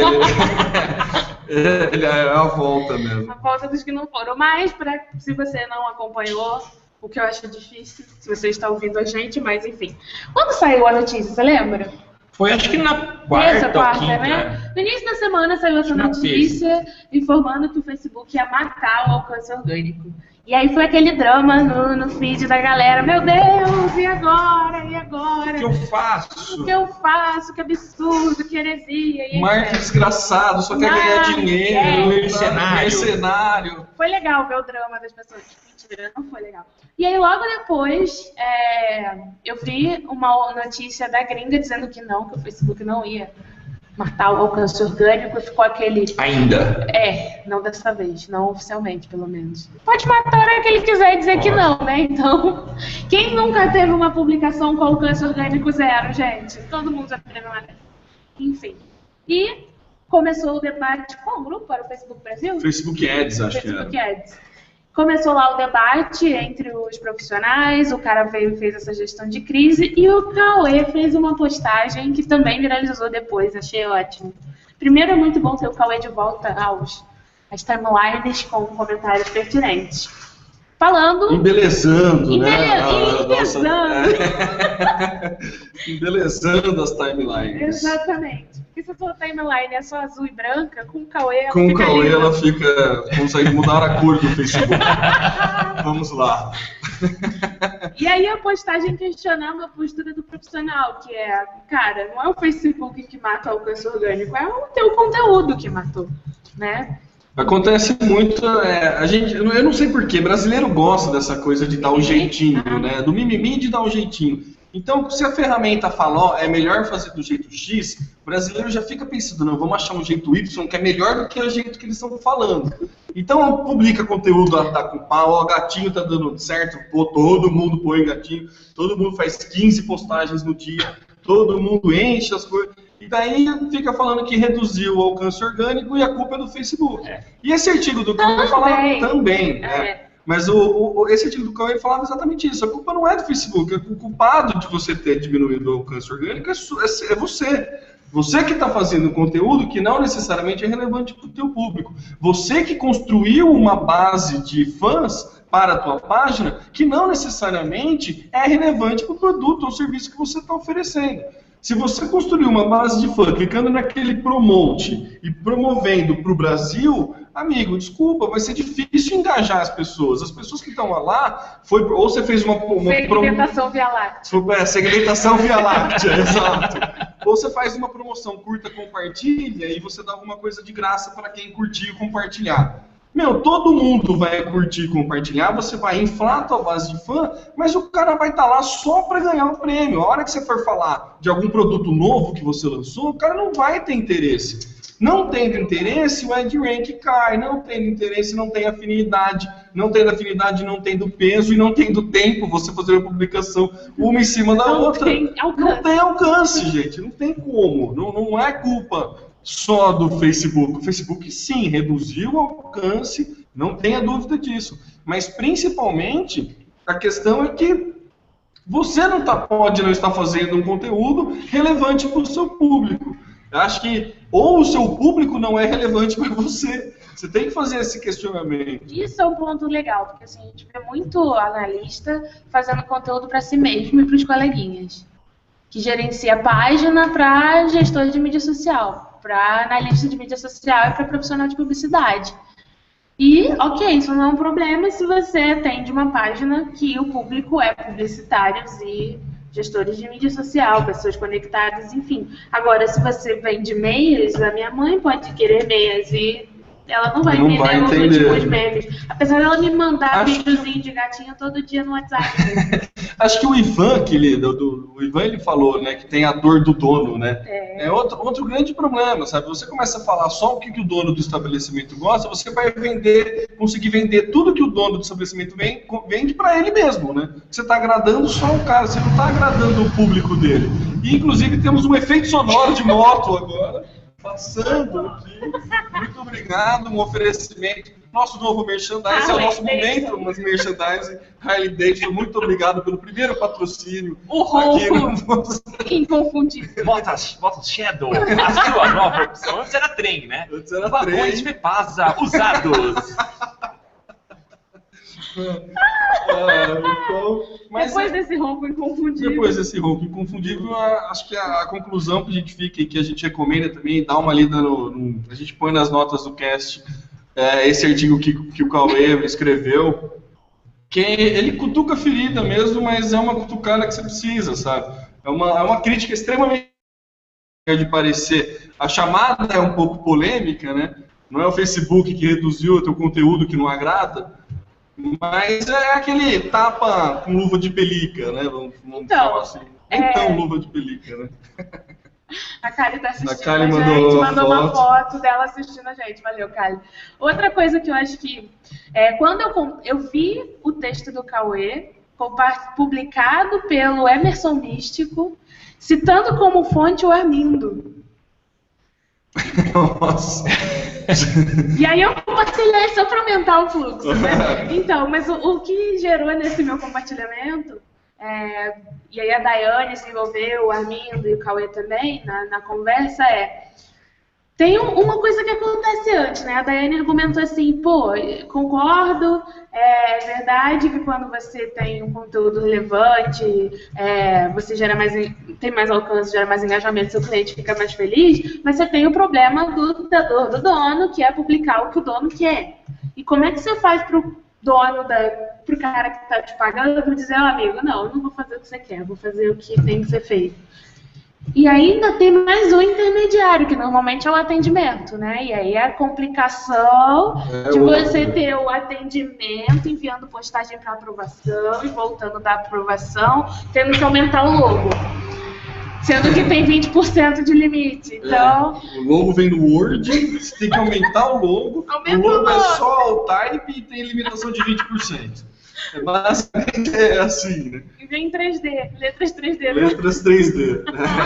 Ele é a volta mesmo. A volta dos que não foram. Mas, se você não acompanhou, o que eu acho difícil, se você está ouvindo a gente, mas enfim. Quando saiu a notícia, você lembra? Foi acho que na quarta ou quinta, né? No início da semana saiu essa notícia informando que o Facebook ia matar o alcance orgânico. E aí foi aquele drama no feed da galera. Meu Deus, e agora? E agora? O que eu faço? O que eu faço? Que absurdo, que heresia. Marketing desgraçado, só quer ganhar dinheiro. Mercenário. Foi legal ver o drama das pessoas. Mentira, não foi legal. E aí logo depois eu vi uma notícia da gringa dizendo que o Facebook não ia matar o alcance orgânico, e ficou aquele... Ainda? Não dessa vez, não oficialmente, pelo menos. Pode matar a hora que ele quiser dizer que não, né? Então, quem nunca teve uma publicação com alcance orgânico 0, gente? Todo mundo já teve uma dessa. Enfim. E começou o debate... Qual grupo era o Facebook Brasil? Facebook Ads, acho que era. Facebook Ads. Começou lá o debate entre os profissionais, o cara veio e fez essa gestão de crise, e o Cauê fez uma postagem que também viralizou depois, achei ótimo. Primeiro, é muito bom ter o Cauê de volta às timelines com comentários pertinentes. Falando... Embelezando, né? Embelezando as timelines. Exatamente. Porque se a sua timeline é só azul e branca, com o Cauê ela fica... Consegue mudar a cor do Facebook. Vamos lá. E aí a postagem questionando a postura do profissional, que é, cara, não é o Facebook que mata o alcance orgânico, é o teu conteúdo que matou, né? Acontece muito, eu não sei porquê, brasileiro gosta dessa coisa de dar um jeitinho, né? Do mimimi de dar um jeitinho. Então, se a ferramenta fala, é melhor fazer do jeito X, o brasileiro já fica pensando, não, vamos achar um jeito Y que é melhor do que o jeito que eles estão falando. Então, publica conteúdo, tá com pau, gatinho tá dando certo, todo mundo põe gatinho, todo mundo faz 15 postagens no dia, todo mundo enche as coisas. E daí fica falando que reduziu o alcance orgânico e a culpa é do Facebook. E esse artigo do Cauê falava também, né? Mas esse artigo do Cauê falava exatamente isso. A culpa não é do Facebook, o culpado de você ter diminuído o alcance orgânico é você. Você que está fazendo conteúdo que não necessariamente é relevante para o teu público. Você que construiu uma base de fãs para a tua página que não necessariamente é relevante para o produto ou serviço que você está oferecendo. Se você construir uma base de fã, clicando naquele promote e promovendo para o Brasil, amigo, desculpa, vai ser difícil engajar as pessoas. As pessoas que estão lá, ou você fez uma segmentação via láctea. Segmentação via láctea, exato. Ou você faz uma promoção curta, compartilha, e você dá alguma coisa de graça para quem curtir e compartilhar. Todo mundo vai curtir e compartilhar, você vai inflar a tua base de fã, mas o cara vai estar lá só para ganhar um prêmio. A hora que você for falar de algum produto novo que você lançou, o cara não vai ter interesse. Não tendo interesse, o AdRank cai. Não tendo interesse, não tem afinidade. Não tendo afinidade, não tendo peso e não tendo tempo você fazer uma publicação uma em cima da outra. Não tem alcance, gente. Não tem como. Não é culpa só do Facebook. O Facebook, sim, reduziu o alcance, não tenha dúvida disso. Mas, principalmente, a questão é que você pode não estar fazendo um conteúdo relevante para o seu público. Eu acho que ou o seu público não é relevante para você. Você tem que fazer esse questionamento. Isso é um ponto legal, porque assim, a gente vê muito analista fazendo conteúdo para si mesmo e para os coleguinhas. Que gerencia a página para gestor de mídia social, para analista de mídia social e para profissional de publicidade. E, ok, isso não é um problema se você atende uma página que o público é publicitários e gestores de mídia social, pessoas conectadas, enfim. Agora, se você vende meias, a minha mãe pode querer meias e ela não vai entender os últimos memes. Apesar dela me mandar videozinho de gatinha todo dia no WhatsApp. Acho que o Ivan, o Ivan ele falou, né, que tem a dor do dono, né? É outro grande problema, sabe? Você começa a falar só o que o dono do estabelecimento gosta, você vai conseguir vender tudo que o dono do estabelecimento vende para ele mesmo, né? Você está agradando só o cara, você não está agradando o público dele. E, inclusive, temos um efeito sonoro de moto agora. Passando aqui, muito obrigado, um oferecimento, nosso novo merchandising, é o nosso momento, mas merchandising, Harley Davidson, muito obrigado pelo primeiro patrocínio. O ronco inconfundível. Motos Shadow, a sua nova opção, antes era trem, né? Antes era vagões trem. Fepasa, usados. Depois desse ronco inconfundível, acho que a conclusão que a gente fica e que a gente recomenda também, dá uma lida a gente põe nas notas do cast esse artigo que o Cauê escreveu, que ele cutuca a ferida mesmo, mas é uma cutucada que você precisa, sabe? É uma crítica extremamente de parecer. A chamada é um pouco polêmica, né? Não é o Facebook que reduziu o teu conteúdo que não agrada, mas é aquele tapa com luva de pelica, né? Vamos falar assim. Então, luva de pelica, né? A Kali tá assistindo a Kali gente, mandou uma foto dela assistindo a gente. Valeu, Kali. Outra coisa que eu acho que... quando eu vi o texto do Cauê, publicado pelo Emerson Místico, citando como fonte o Armindo. Nossa. E aí eu compartilhei só para aumentar o fluxo, né? Então, mas o que gerou nesse meu compartilhamento, e aí a Daiane se envolveu, o Armindo e o Cauê também na conversa, tem uma coisa que acontece antes, né? A Daiane argumentou assim, concordo, é verdade que quando você tem um conteúdo relevante, você tem mais alcance, gera mais engajamento, seu cliente fica mais feliz, mas você tem o problema da dor do dono, que é publicar o que o dono quer. E como é que você faz pro dono, pro cara que está te pagando, dizer, amigo, não, eu não vou fazer o que você quer, eu vou fazer o que tem que ser feito. E ainda tem mais um intermediário, que normalmente é o atendimento, né? E aí a complicação de você ter o atendimento enviando postagem para aprovação e voltando da aprovação, tendo que aumentar o logo. Sendo que tem 20% de limite. Então... O logo vem no Word, você tem que aumentar o logo. O logo é só o type e tem limitação de 20%. Basicamente assim, né? E vem em 3D, letras 3D. Letras 3D.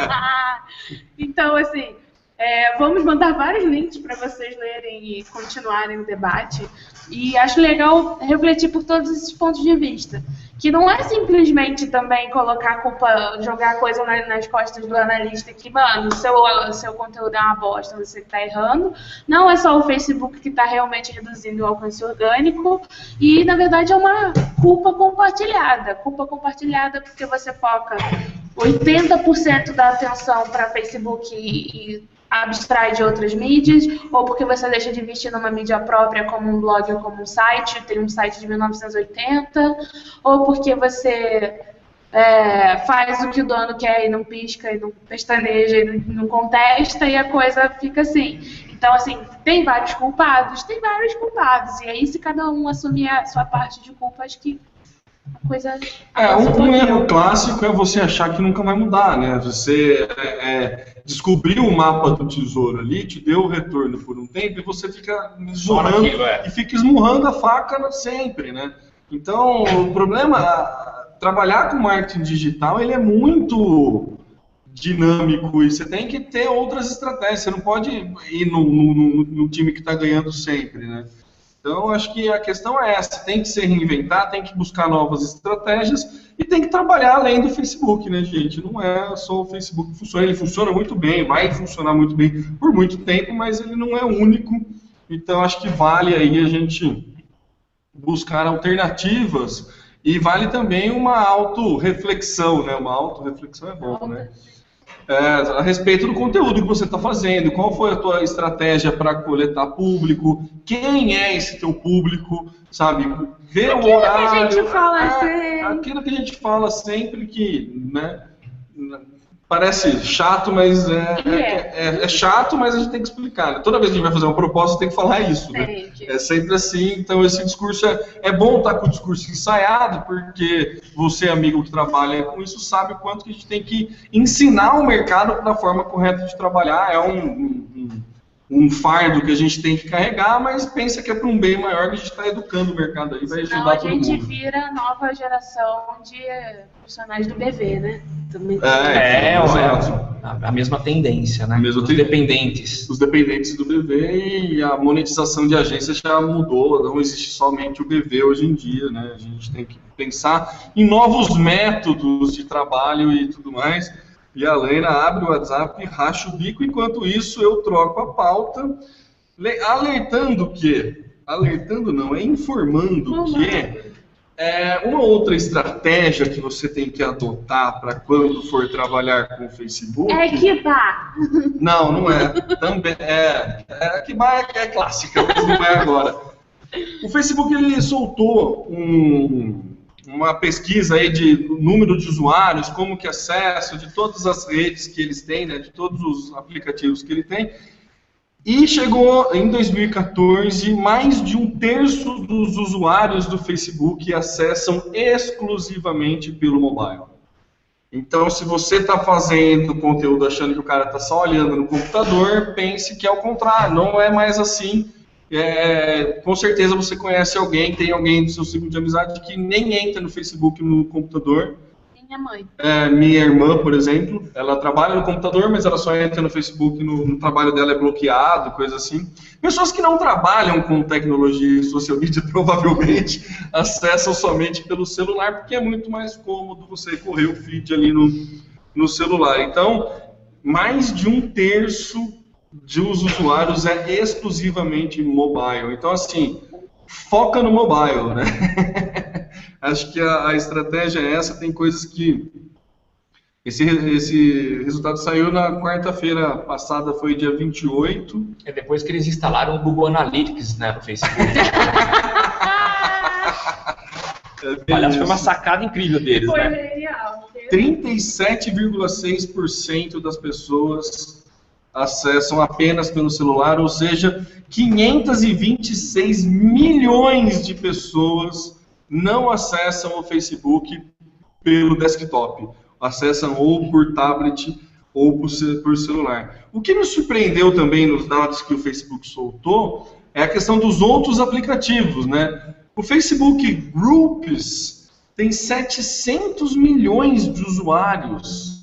Então, assim, vamos mandar vários links para vocês lerem e continuarem o debate. E acho legal refletir por todos esses pontos de vista. Que não é simplesmente também colocar a culpa, jogar a coisa nas costas do analista que, mano, seu conteúdo é uma bosta, você que tá errando. Não é só o Facebook que está realmente reduzindo o alcance orgânico. E, na verdade, é uma culpa compartilhada. Culpa compartilhada porque você foca 80% da atenção para Facebook e abstrai de outras mídias, ou porque você deixa de investir numa mídia própria como um blog ou como um site, tem um site de 1980, ou porque você faz o que o dono quer e não pisca, e não pestaneja, e não contesta, e a coisa fica assim. Então, assim, tem vários culpados, e aí se cada um assumir a sua parte de culpa, acho que a coisa... Um erro clássico é você achar que nunca vai mudar, né? Você descobriu o mapa do tesouro ali, te deu o retorno por um tempo, e você fica esmurrando, e fica esmurrando a faca sempre, né? Então, o problema, trabalhar com marketing digital, ele é muito dinâmico, e você tem que ter outras estratégias, você não pode ir no time que está ganhando sempre, né? Então, acho que a questão é essa, tem que se reinventar, tem que buscar novas estratégias e tem que trabalhar além do Facebook, né, gente? Não é só o Facebook que funciona, ele funciona muito bem, vai funcionar muito bem por muito tempo, mas ele não é único. Então, acho que vale aí a gente buscar alternativas e vale também uma autorreflexão, né? Uma autorreflexão é bom, né? a respeito do conteúdo que você está fazendo, qual foi a tua estratégia para coletar público, quem é esse teu público, sabe? Ver o horário. Aquilo que a gente fala sempre. Aquilo que a gente fala sempre que, né? Parece chato, mas é chato, mas a gente tem que explicar. Né? Toda vez que a gente vai fazer uma proposta, tem que falar isso. Né? É sempre assim. Então, esse discurso é bom estar com o discurso ensaiado, porque você, amigo que trabalha com isso, sabe o quanto que a gente tem que ensinar o mercado da forma correta de trabalhar. É um fardo que a gente tem que carregar, mas pensa que é para um bem maior que a gente está educando o mercado aí, vai ajudar todo mundo. A gente vira a nova geração de profissionais do BV, né? Também a mesma tendência, né? Os dependentes do BV, e a monetização de agência já mudou, não existe somente o BV hoje em dia, né? A gente tem que pensar em novos métodos de trabalho e tudo mais. E a Lena abre o WhatsApp e racha o bico, enquanto isso eu troco a pauta, alertando que, informando que uma outra estratégia que você tem que adotar para quando for trabalhar com o Facebook... É Equibá. Não é. Também Equibá é clássica, mas não é agora. O Facebook, ele soltou uma pesquisa aí de número de usuários, como que acesso, de todas as redes que eles têm, né, de todos os aplicativos que ele tem, e chegou em 2014, mais de 1/3 dos usuários do Facebook acessam exclusivamente pelo mobile. Então, se você está fazendo conteúdo achando que o cara está só olhando no computador, pense que é o contrário, não é mais assim. Com certeza você conhece alguém, tem alguém do seu ciclo de amizade que nem entra no Facebook no computador. Minha mãe. Minha irmã, por exemplo, ela trabalha no computador, mas ela só entra no Facebook, no trabalho dela é bloqueado, coisa assim. Pessoas que não trabalham com tecnologia e social media provavelmente acessam somente pelo celular, porque é muito mais cômodo você correr o feed ali no celular. Então, mais de 1/3 dos usuários é exclusivamente mobile. Então, assim, foca no mobile, né? Acho que a estratégia é essa. Tem coisas que... Esse resultado saiu na quarta-feira passada, foi dia 28. É depois que eles instalaram o Google Analytics, né, no Facebook. Aliás, foi uma sacada incrível deles, Foi né? genial. 37,6% das pessoas acessam apenas pelo celular, ou seja, 526 milhões de pessoas não acessam o Facebook pelo desktop, acessam ou por tablet ou por celular. O que me surpreendeu também nos dados que o Facebook soltou é a questão dos outros aplicativos, né? O Facebook Groups tem 700 milhões de usuários.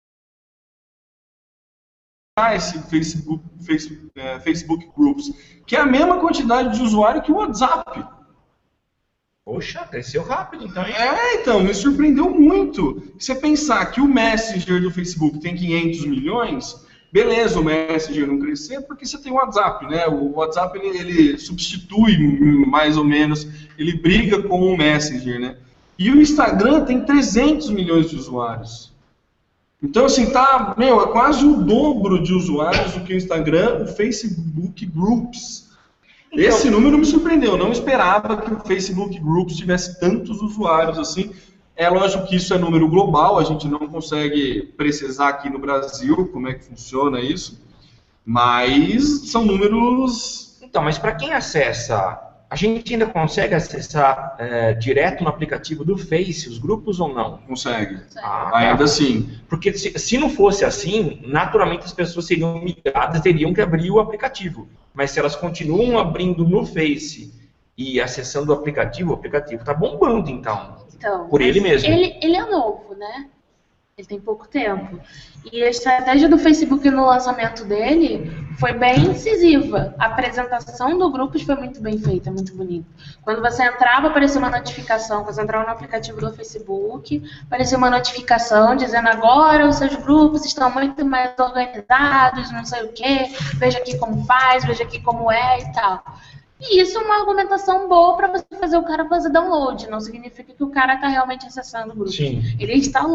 Esse Facebook Groups, que é a mesma quantidade de usuário que o WhatsApp. Poxa, cresceu rápido então, hein? Então, me surpreendeu muito. Você pensar que o Messenger do Facebook tem 500 milhões, beleza, o Messenger não crescer porque você tem o WhatsApp, né? O WhatsApp, ele substitui mais ou menos, ele briga com o Messenger, né? E o Instagram tem 300 milhões de usuários. Então, assim, é quase o dobro de usuários do que o Instagram, o Facebook Groups. Então, esse número me surpreendeu, eu não esperava que o Facebook Groups tivesse tantos usuários assim. É lógico que isso é número global, a gente não consegue precisar aqui no Brasil como é que funciona isso, mas são números... Então, mas para quem acessa, a gente ainda consegue acessar direto no aplicativo do Face, os grupos ou não? Consegue, ainda assim. Porque se não fosse assim, naturalmente as pessoas seriam migradas, teriam que abrir o aplicativo. Mas se elas continuam abrindo no Face e acessando o aplicativo está bombando, então por ele mesmo. Ele é novo, né? Ele tem pouco tempo. E a estratégia do Facebook no lançamento dele foi bem incisiva. A apresentação do Grupos foi muito bem feita, muito bonita. Quando você entrava, aparecia uma notificação. Quando você entrava no aplicativo do Facebook, aparecia uma notificação dizendo: agora os seus grupos estão muito mais organizados, não sei o quê, veja aqui como faz, veja aqui como é e tal. E isso é uma argumentação boa para você fazer o cara fazer download. Não significa que o cara está realmente acessando o grupo. Sim. Ele instalou.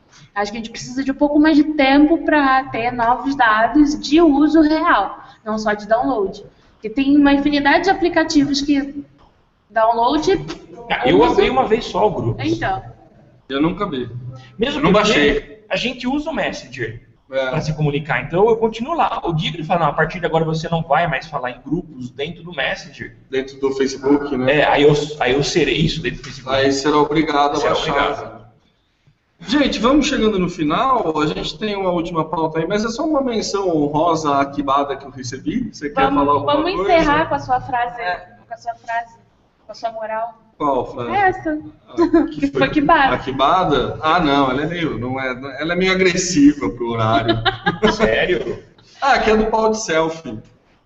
Acho que a gente precisa de um pouco mais de tempo para ter novos dados de uso real, não só de download. Porque tem uma infinidade de aplicativos que download... Eu abri uma vez só o grupo. Então. Eu nunca vi. Mesmo não porque baixei. A gente usa o Messenger para se comunicar, então eu continuo lá. O dia que ele fala, não, a partir de agora você não vai mais falar em grupos dentro do Messenger. Dentro do Facebook, né? Aí eu serei isso dentro do Facebook. Aí será obrigado a baixar. Gente, vamos chegando no final. A gente tem uma última pauta aí, mas é só uma menção honrosa à Kibada que eu recebi. Você quer falar alguma coisa? Vamos encerrar com a sua frase, com a sua moral. Qual frase? Essa. Que foi Kibada. A Kibada? Ah, não, ela é meio agressiva pro horário. Sério? Que é do pau de selfie.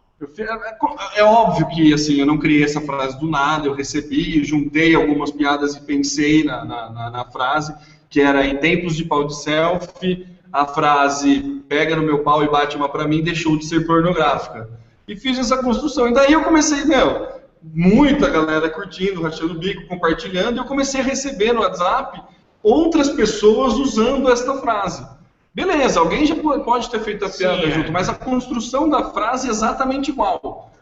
É óbvio que assim, eu não criei essa frase do nada, eu recebi, juntei algumas piadas e pensei na frase, que era em tempos de pau de selfie, a frase pega no meu pau e bate uma pra mim deixou de ser pornográfica. E fiz essa construção. E daí eu comecei, muita galera curtindo, rachando o bico, compartilhando, e eu comecei a receber no WhatsApp outras pessoas usando esta frase. Beleza, alguém já pode ter feito a piada junto, mas a construção da frase é exatamente igual.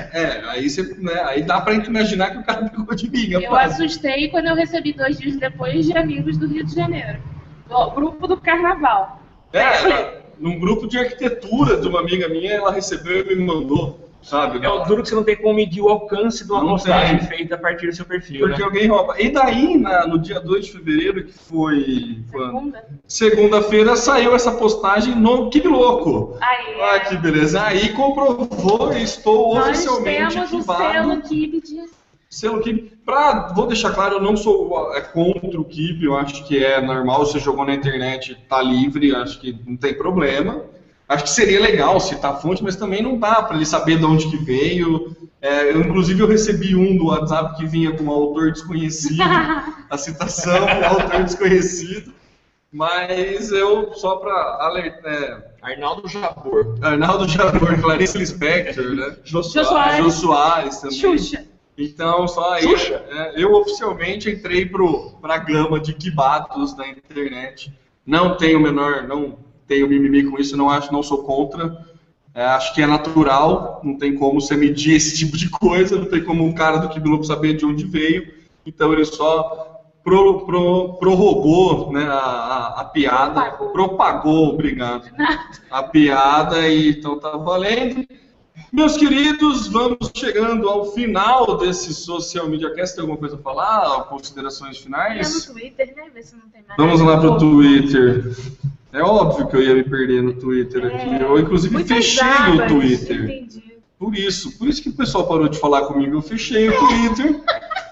Aí dá pra imaginar que o cara pegou de mim. Eu assustei quando eu recebi 2 dias depois de amigos do Rio de Janeiro. Do grupo do Carnaval. Num grupo de arquitetura de uma amiga minha, ela recebeu e me mandou. Sabe? É o duro que você não tem como medir o alcance de uma postagem feita a partir do seu perfil. Porque alguém rouba. E daí, no dia 2 de fevereiro, que foi segunda-feira, saiu essa postagem no Que Louco. Que beleza. Aí comprovou e estou oficialmente temos o selo Kibid. Selo Kibid. Vou deixar claro, eu não sou contra o Kibid, eu acho que é normal, você jogou na internet, tá livre, acho que não tem problema. Acho que seria legal citar a fonte, mas também não dá para ele saber de onde que veio. Inclusive, eu recebi um do WhatsApp que vinha com um autor desconhecido, a citação com um autor desconhecido. Mas eu, só para alertar... Arnaldo Jabor, Clarice Lispector, né? Jô Soares também. Xuxa. Então, só aí, eu oficialmente entrei para a gama de quibados da internet. Não tenho mimimi com isso, não sou contra. Acho que é natural, não tem como você medir esse tipo de coisa, não tem como um cara do Kibiloco saber de onde veio. Então ele só prorrogou, né, a piada, propagou, obrigado, a piada, e então tá valendo. Meus queridos, vamos chegando ao final desse Social Media Cast. Tem alguma coisa a falar? Considerações finais? É no Twitter, né? Ver se não tem mais. Vamos lá pro Twitter. É óbvio que eu ia me perder no Twitter aqui. Eu, inclusive, fechei o Twitter. Entendi. Por isso que o pessoal parou de falar comigo. Eu fechei o Twitter.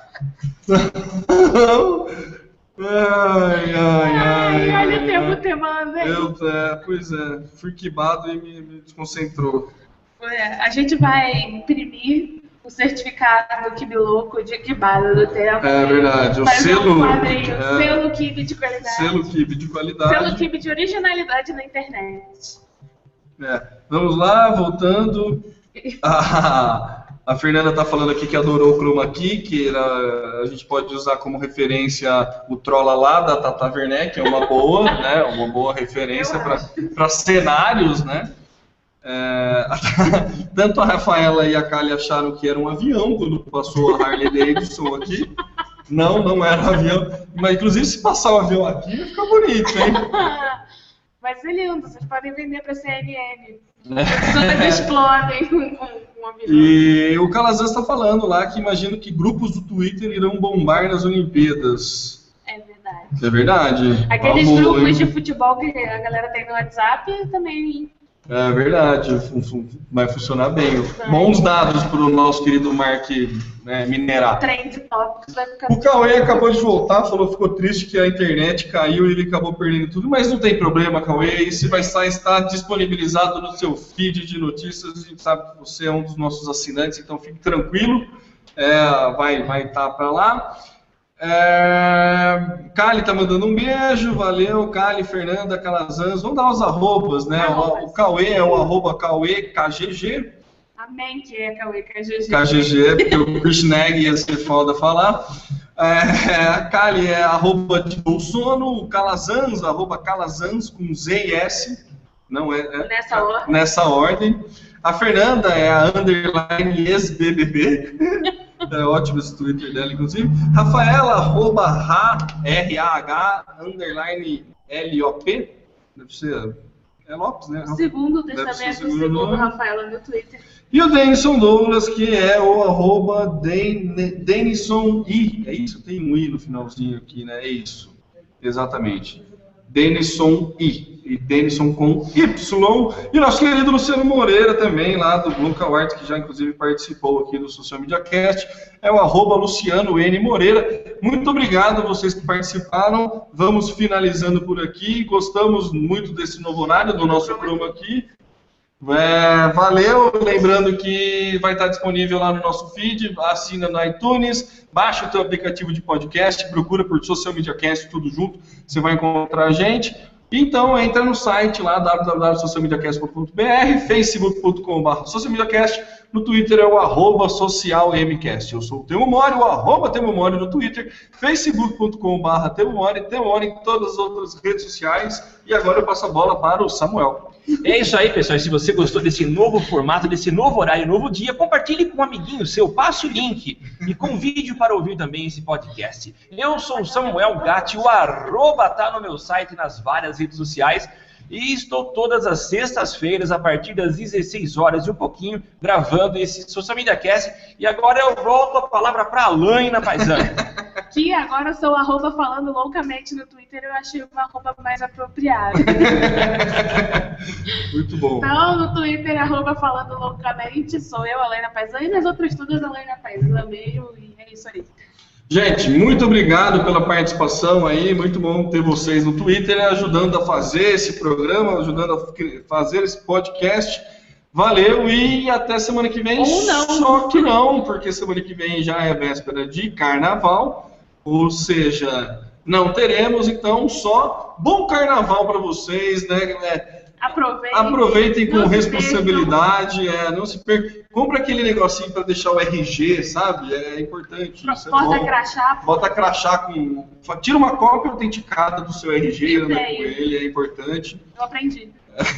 Olha o tempo temando, hein? Pois é. Fui quibado e me desconcentrou. A gente vai imprimir o certificado do Kibiloco de Kibada do tempo. É verdade. O selo Kibid de qualidade. Selo Kibid de qualidade. Selo Kibid de originalidade na internet. Vamos lá, voltando. A Fernanda está falando aqui que adorou o Chroma Key, que a gente pode usar como referência o Trolla lá da Tata Werneck, que é uma boa, né? Uma boa referência para cenários, né? Tanto a Rafaela e a Kali acharam que era um avião quando passou a Harley Davidson aqui. Não era um avião. Mas, inclusive, se passar o avião aqui, fica bonito, hein? Vai ser lindo, vocês podem vender para CNN. Todas explodem com um avião. E o Calazan está falando lá que imagino que grupos do Twitter irão bombar nas Olimpíadas. É verdade. É verdade. Aqueles grupos de futebol que a galera tem no WhatsApp também. É verdade, vai funcionar bem. Bons dados para o nosso querido Mark minerar. Trend Topics vai ficar... O Cauê acabou de voltar, ficou triste que a internet caiu e ele acabou perdendo tudo, mas não tem problema, Cauê, isso vai estar disponibilizado no seu feed de notícias. A gente sabe que você é um dos nossos assinantes, então fique tranquilo, vai estar para lá. Kali tá mandando um beijo, valeu, Kali, Fernanda, Calazans, vamos dar os arrobas, né? O Cauê é o arroba Cauê KGG. Amém que é Cauê KGG. KGG, porque o Krishnag ia ser foda falar. A Kali é @Bolsono, o Calazans, @Calazans com Z e S. Não nessa ordem. A Fernanda é a _ex-BBB. É ótimo esse Twitter dela, inclusive. Rafaela, @RAH_LOP. Deve ser. É Lopes, né? Segundo o testamento, segundo Rafaela no Twitter. E o Denison Douglas, que é o @Denison I. É isso? Tem um I no finalzinho aqui, né? É isso. Exatamente. Denison I. E Denison com Y. E nosso querido Luciano Moreira também, lá do Local Art, que já inclusive participou aqui do Social Media Cast. É o @Luciano N. Moreira. Muito obrigado a vocês que participaram. Vamos finalizando por aqui. Gostamos muito desse novo horário do nosso programa aqui. Valeu, lembrando que vai estar disponível lá no nosso feed, assina no iTunes, baixa o teu aplicativo de podcast, procura por Social Media Cast, tudo junto, você vai encontrar a gente. Então entra no site lá, www.socialmediacast.com.br, facebook.com/socialmediacast, no Twitter é o @socialmcast. Eu sou o Temo Mori, o @Temo Mori no Twitter, facebook.com/Temo Mori, Temo Mori em todas as outras redes sociais. E agora eu passo a bola para o Samuel. É isso aí, pessoal. E se você gostou desse novo formato, desse novo horário, novo dia, compartilhe com um amiguinho seu, passe o link e convide para ouvir também esse podcast. Eu sou o Samuel Gatti, o @ tá no meu site, nas várias redes sociais. E estou todas as sextas-feiras, a partir das 16 horas e um pouquinho, gravando esse Social Media Cast. E agora eu volto a palavra para a Alaina Paisano. Que agora eu sou o @falando loucamente no Twitter, eu achei uma arroba mais apropriada. Muito bom. Então, no Twitter, @falando loucamente, sou eu, Alaina Paisano, e nas outras todas, Alaina Paisano mesmo, e é isso aí. Gente, muito obrigado pela participação aí, muito bom ter vocês no Twitter, ajudando a fazer esse programa, ajudando a fazer esse podcast. Valeu e até semana que vem. Ou não. Só que não, porque semana que vem já é véspera de carnaval, ou seja, não teremos, então só bom carnaval para vocês, né? Aproveitem com responsabilidade, não se percam. Compra aquele negocinho para deixar o RG, sabe? É importante. Bota crachá tira uma cópia autenticada do seu RG, anda com ele, é importante. Eu aprendi.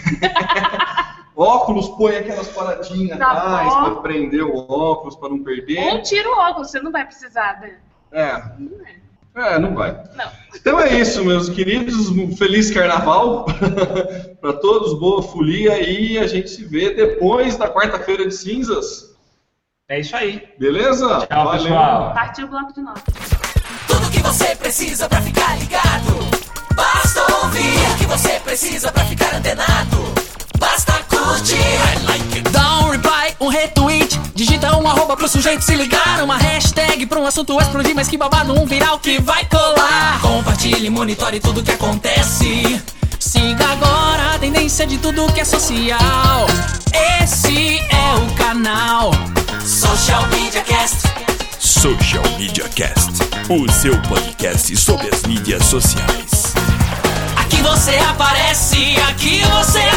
Óculos, põe aquelas paradinhas atrás para prender o óculos, para não perder. Ou tira o óculos, você não vai precisar, né? Não vai. Não. Então é isso, meus queridos. Um feliz carnaval para todos, boa folia e a gente se vê depois da quarta-feira de cinzas. É isso aí. Beleza? Tchau, valeu. Pessoal. Partiu o bloco de novo. Tudo que você precisa pra ficar ligado. Basta ouvir. O que você precisa pra ficar antenado. Basta curtir. I like it. Dá um reply, um retweet. Digita um @ pro sujeito se ligar. Uma hashtag pra um assunto explodir. Mas que babado, um viral que vai colar. Compartilhe, monitore tudo que acontece. Siga agora a tendência de tudo que é social. Esse é o canal Social Media Cast. Social Media Cast, o seu podcast sobre as mídias sociais. Aqui você aparece, aqui você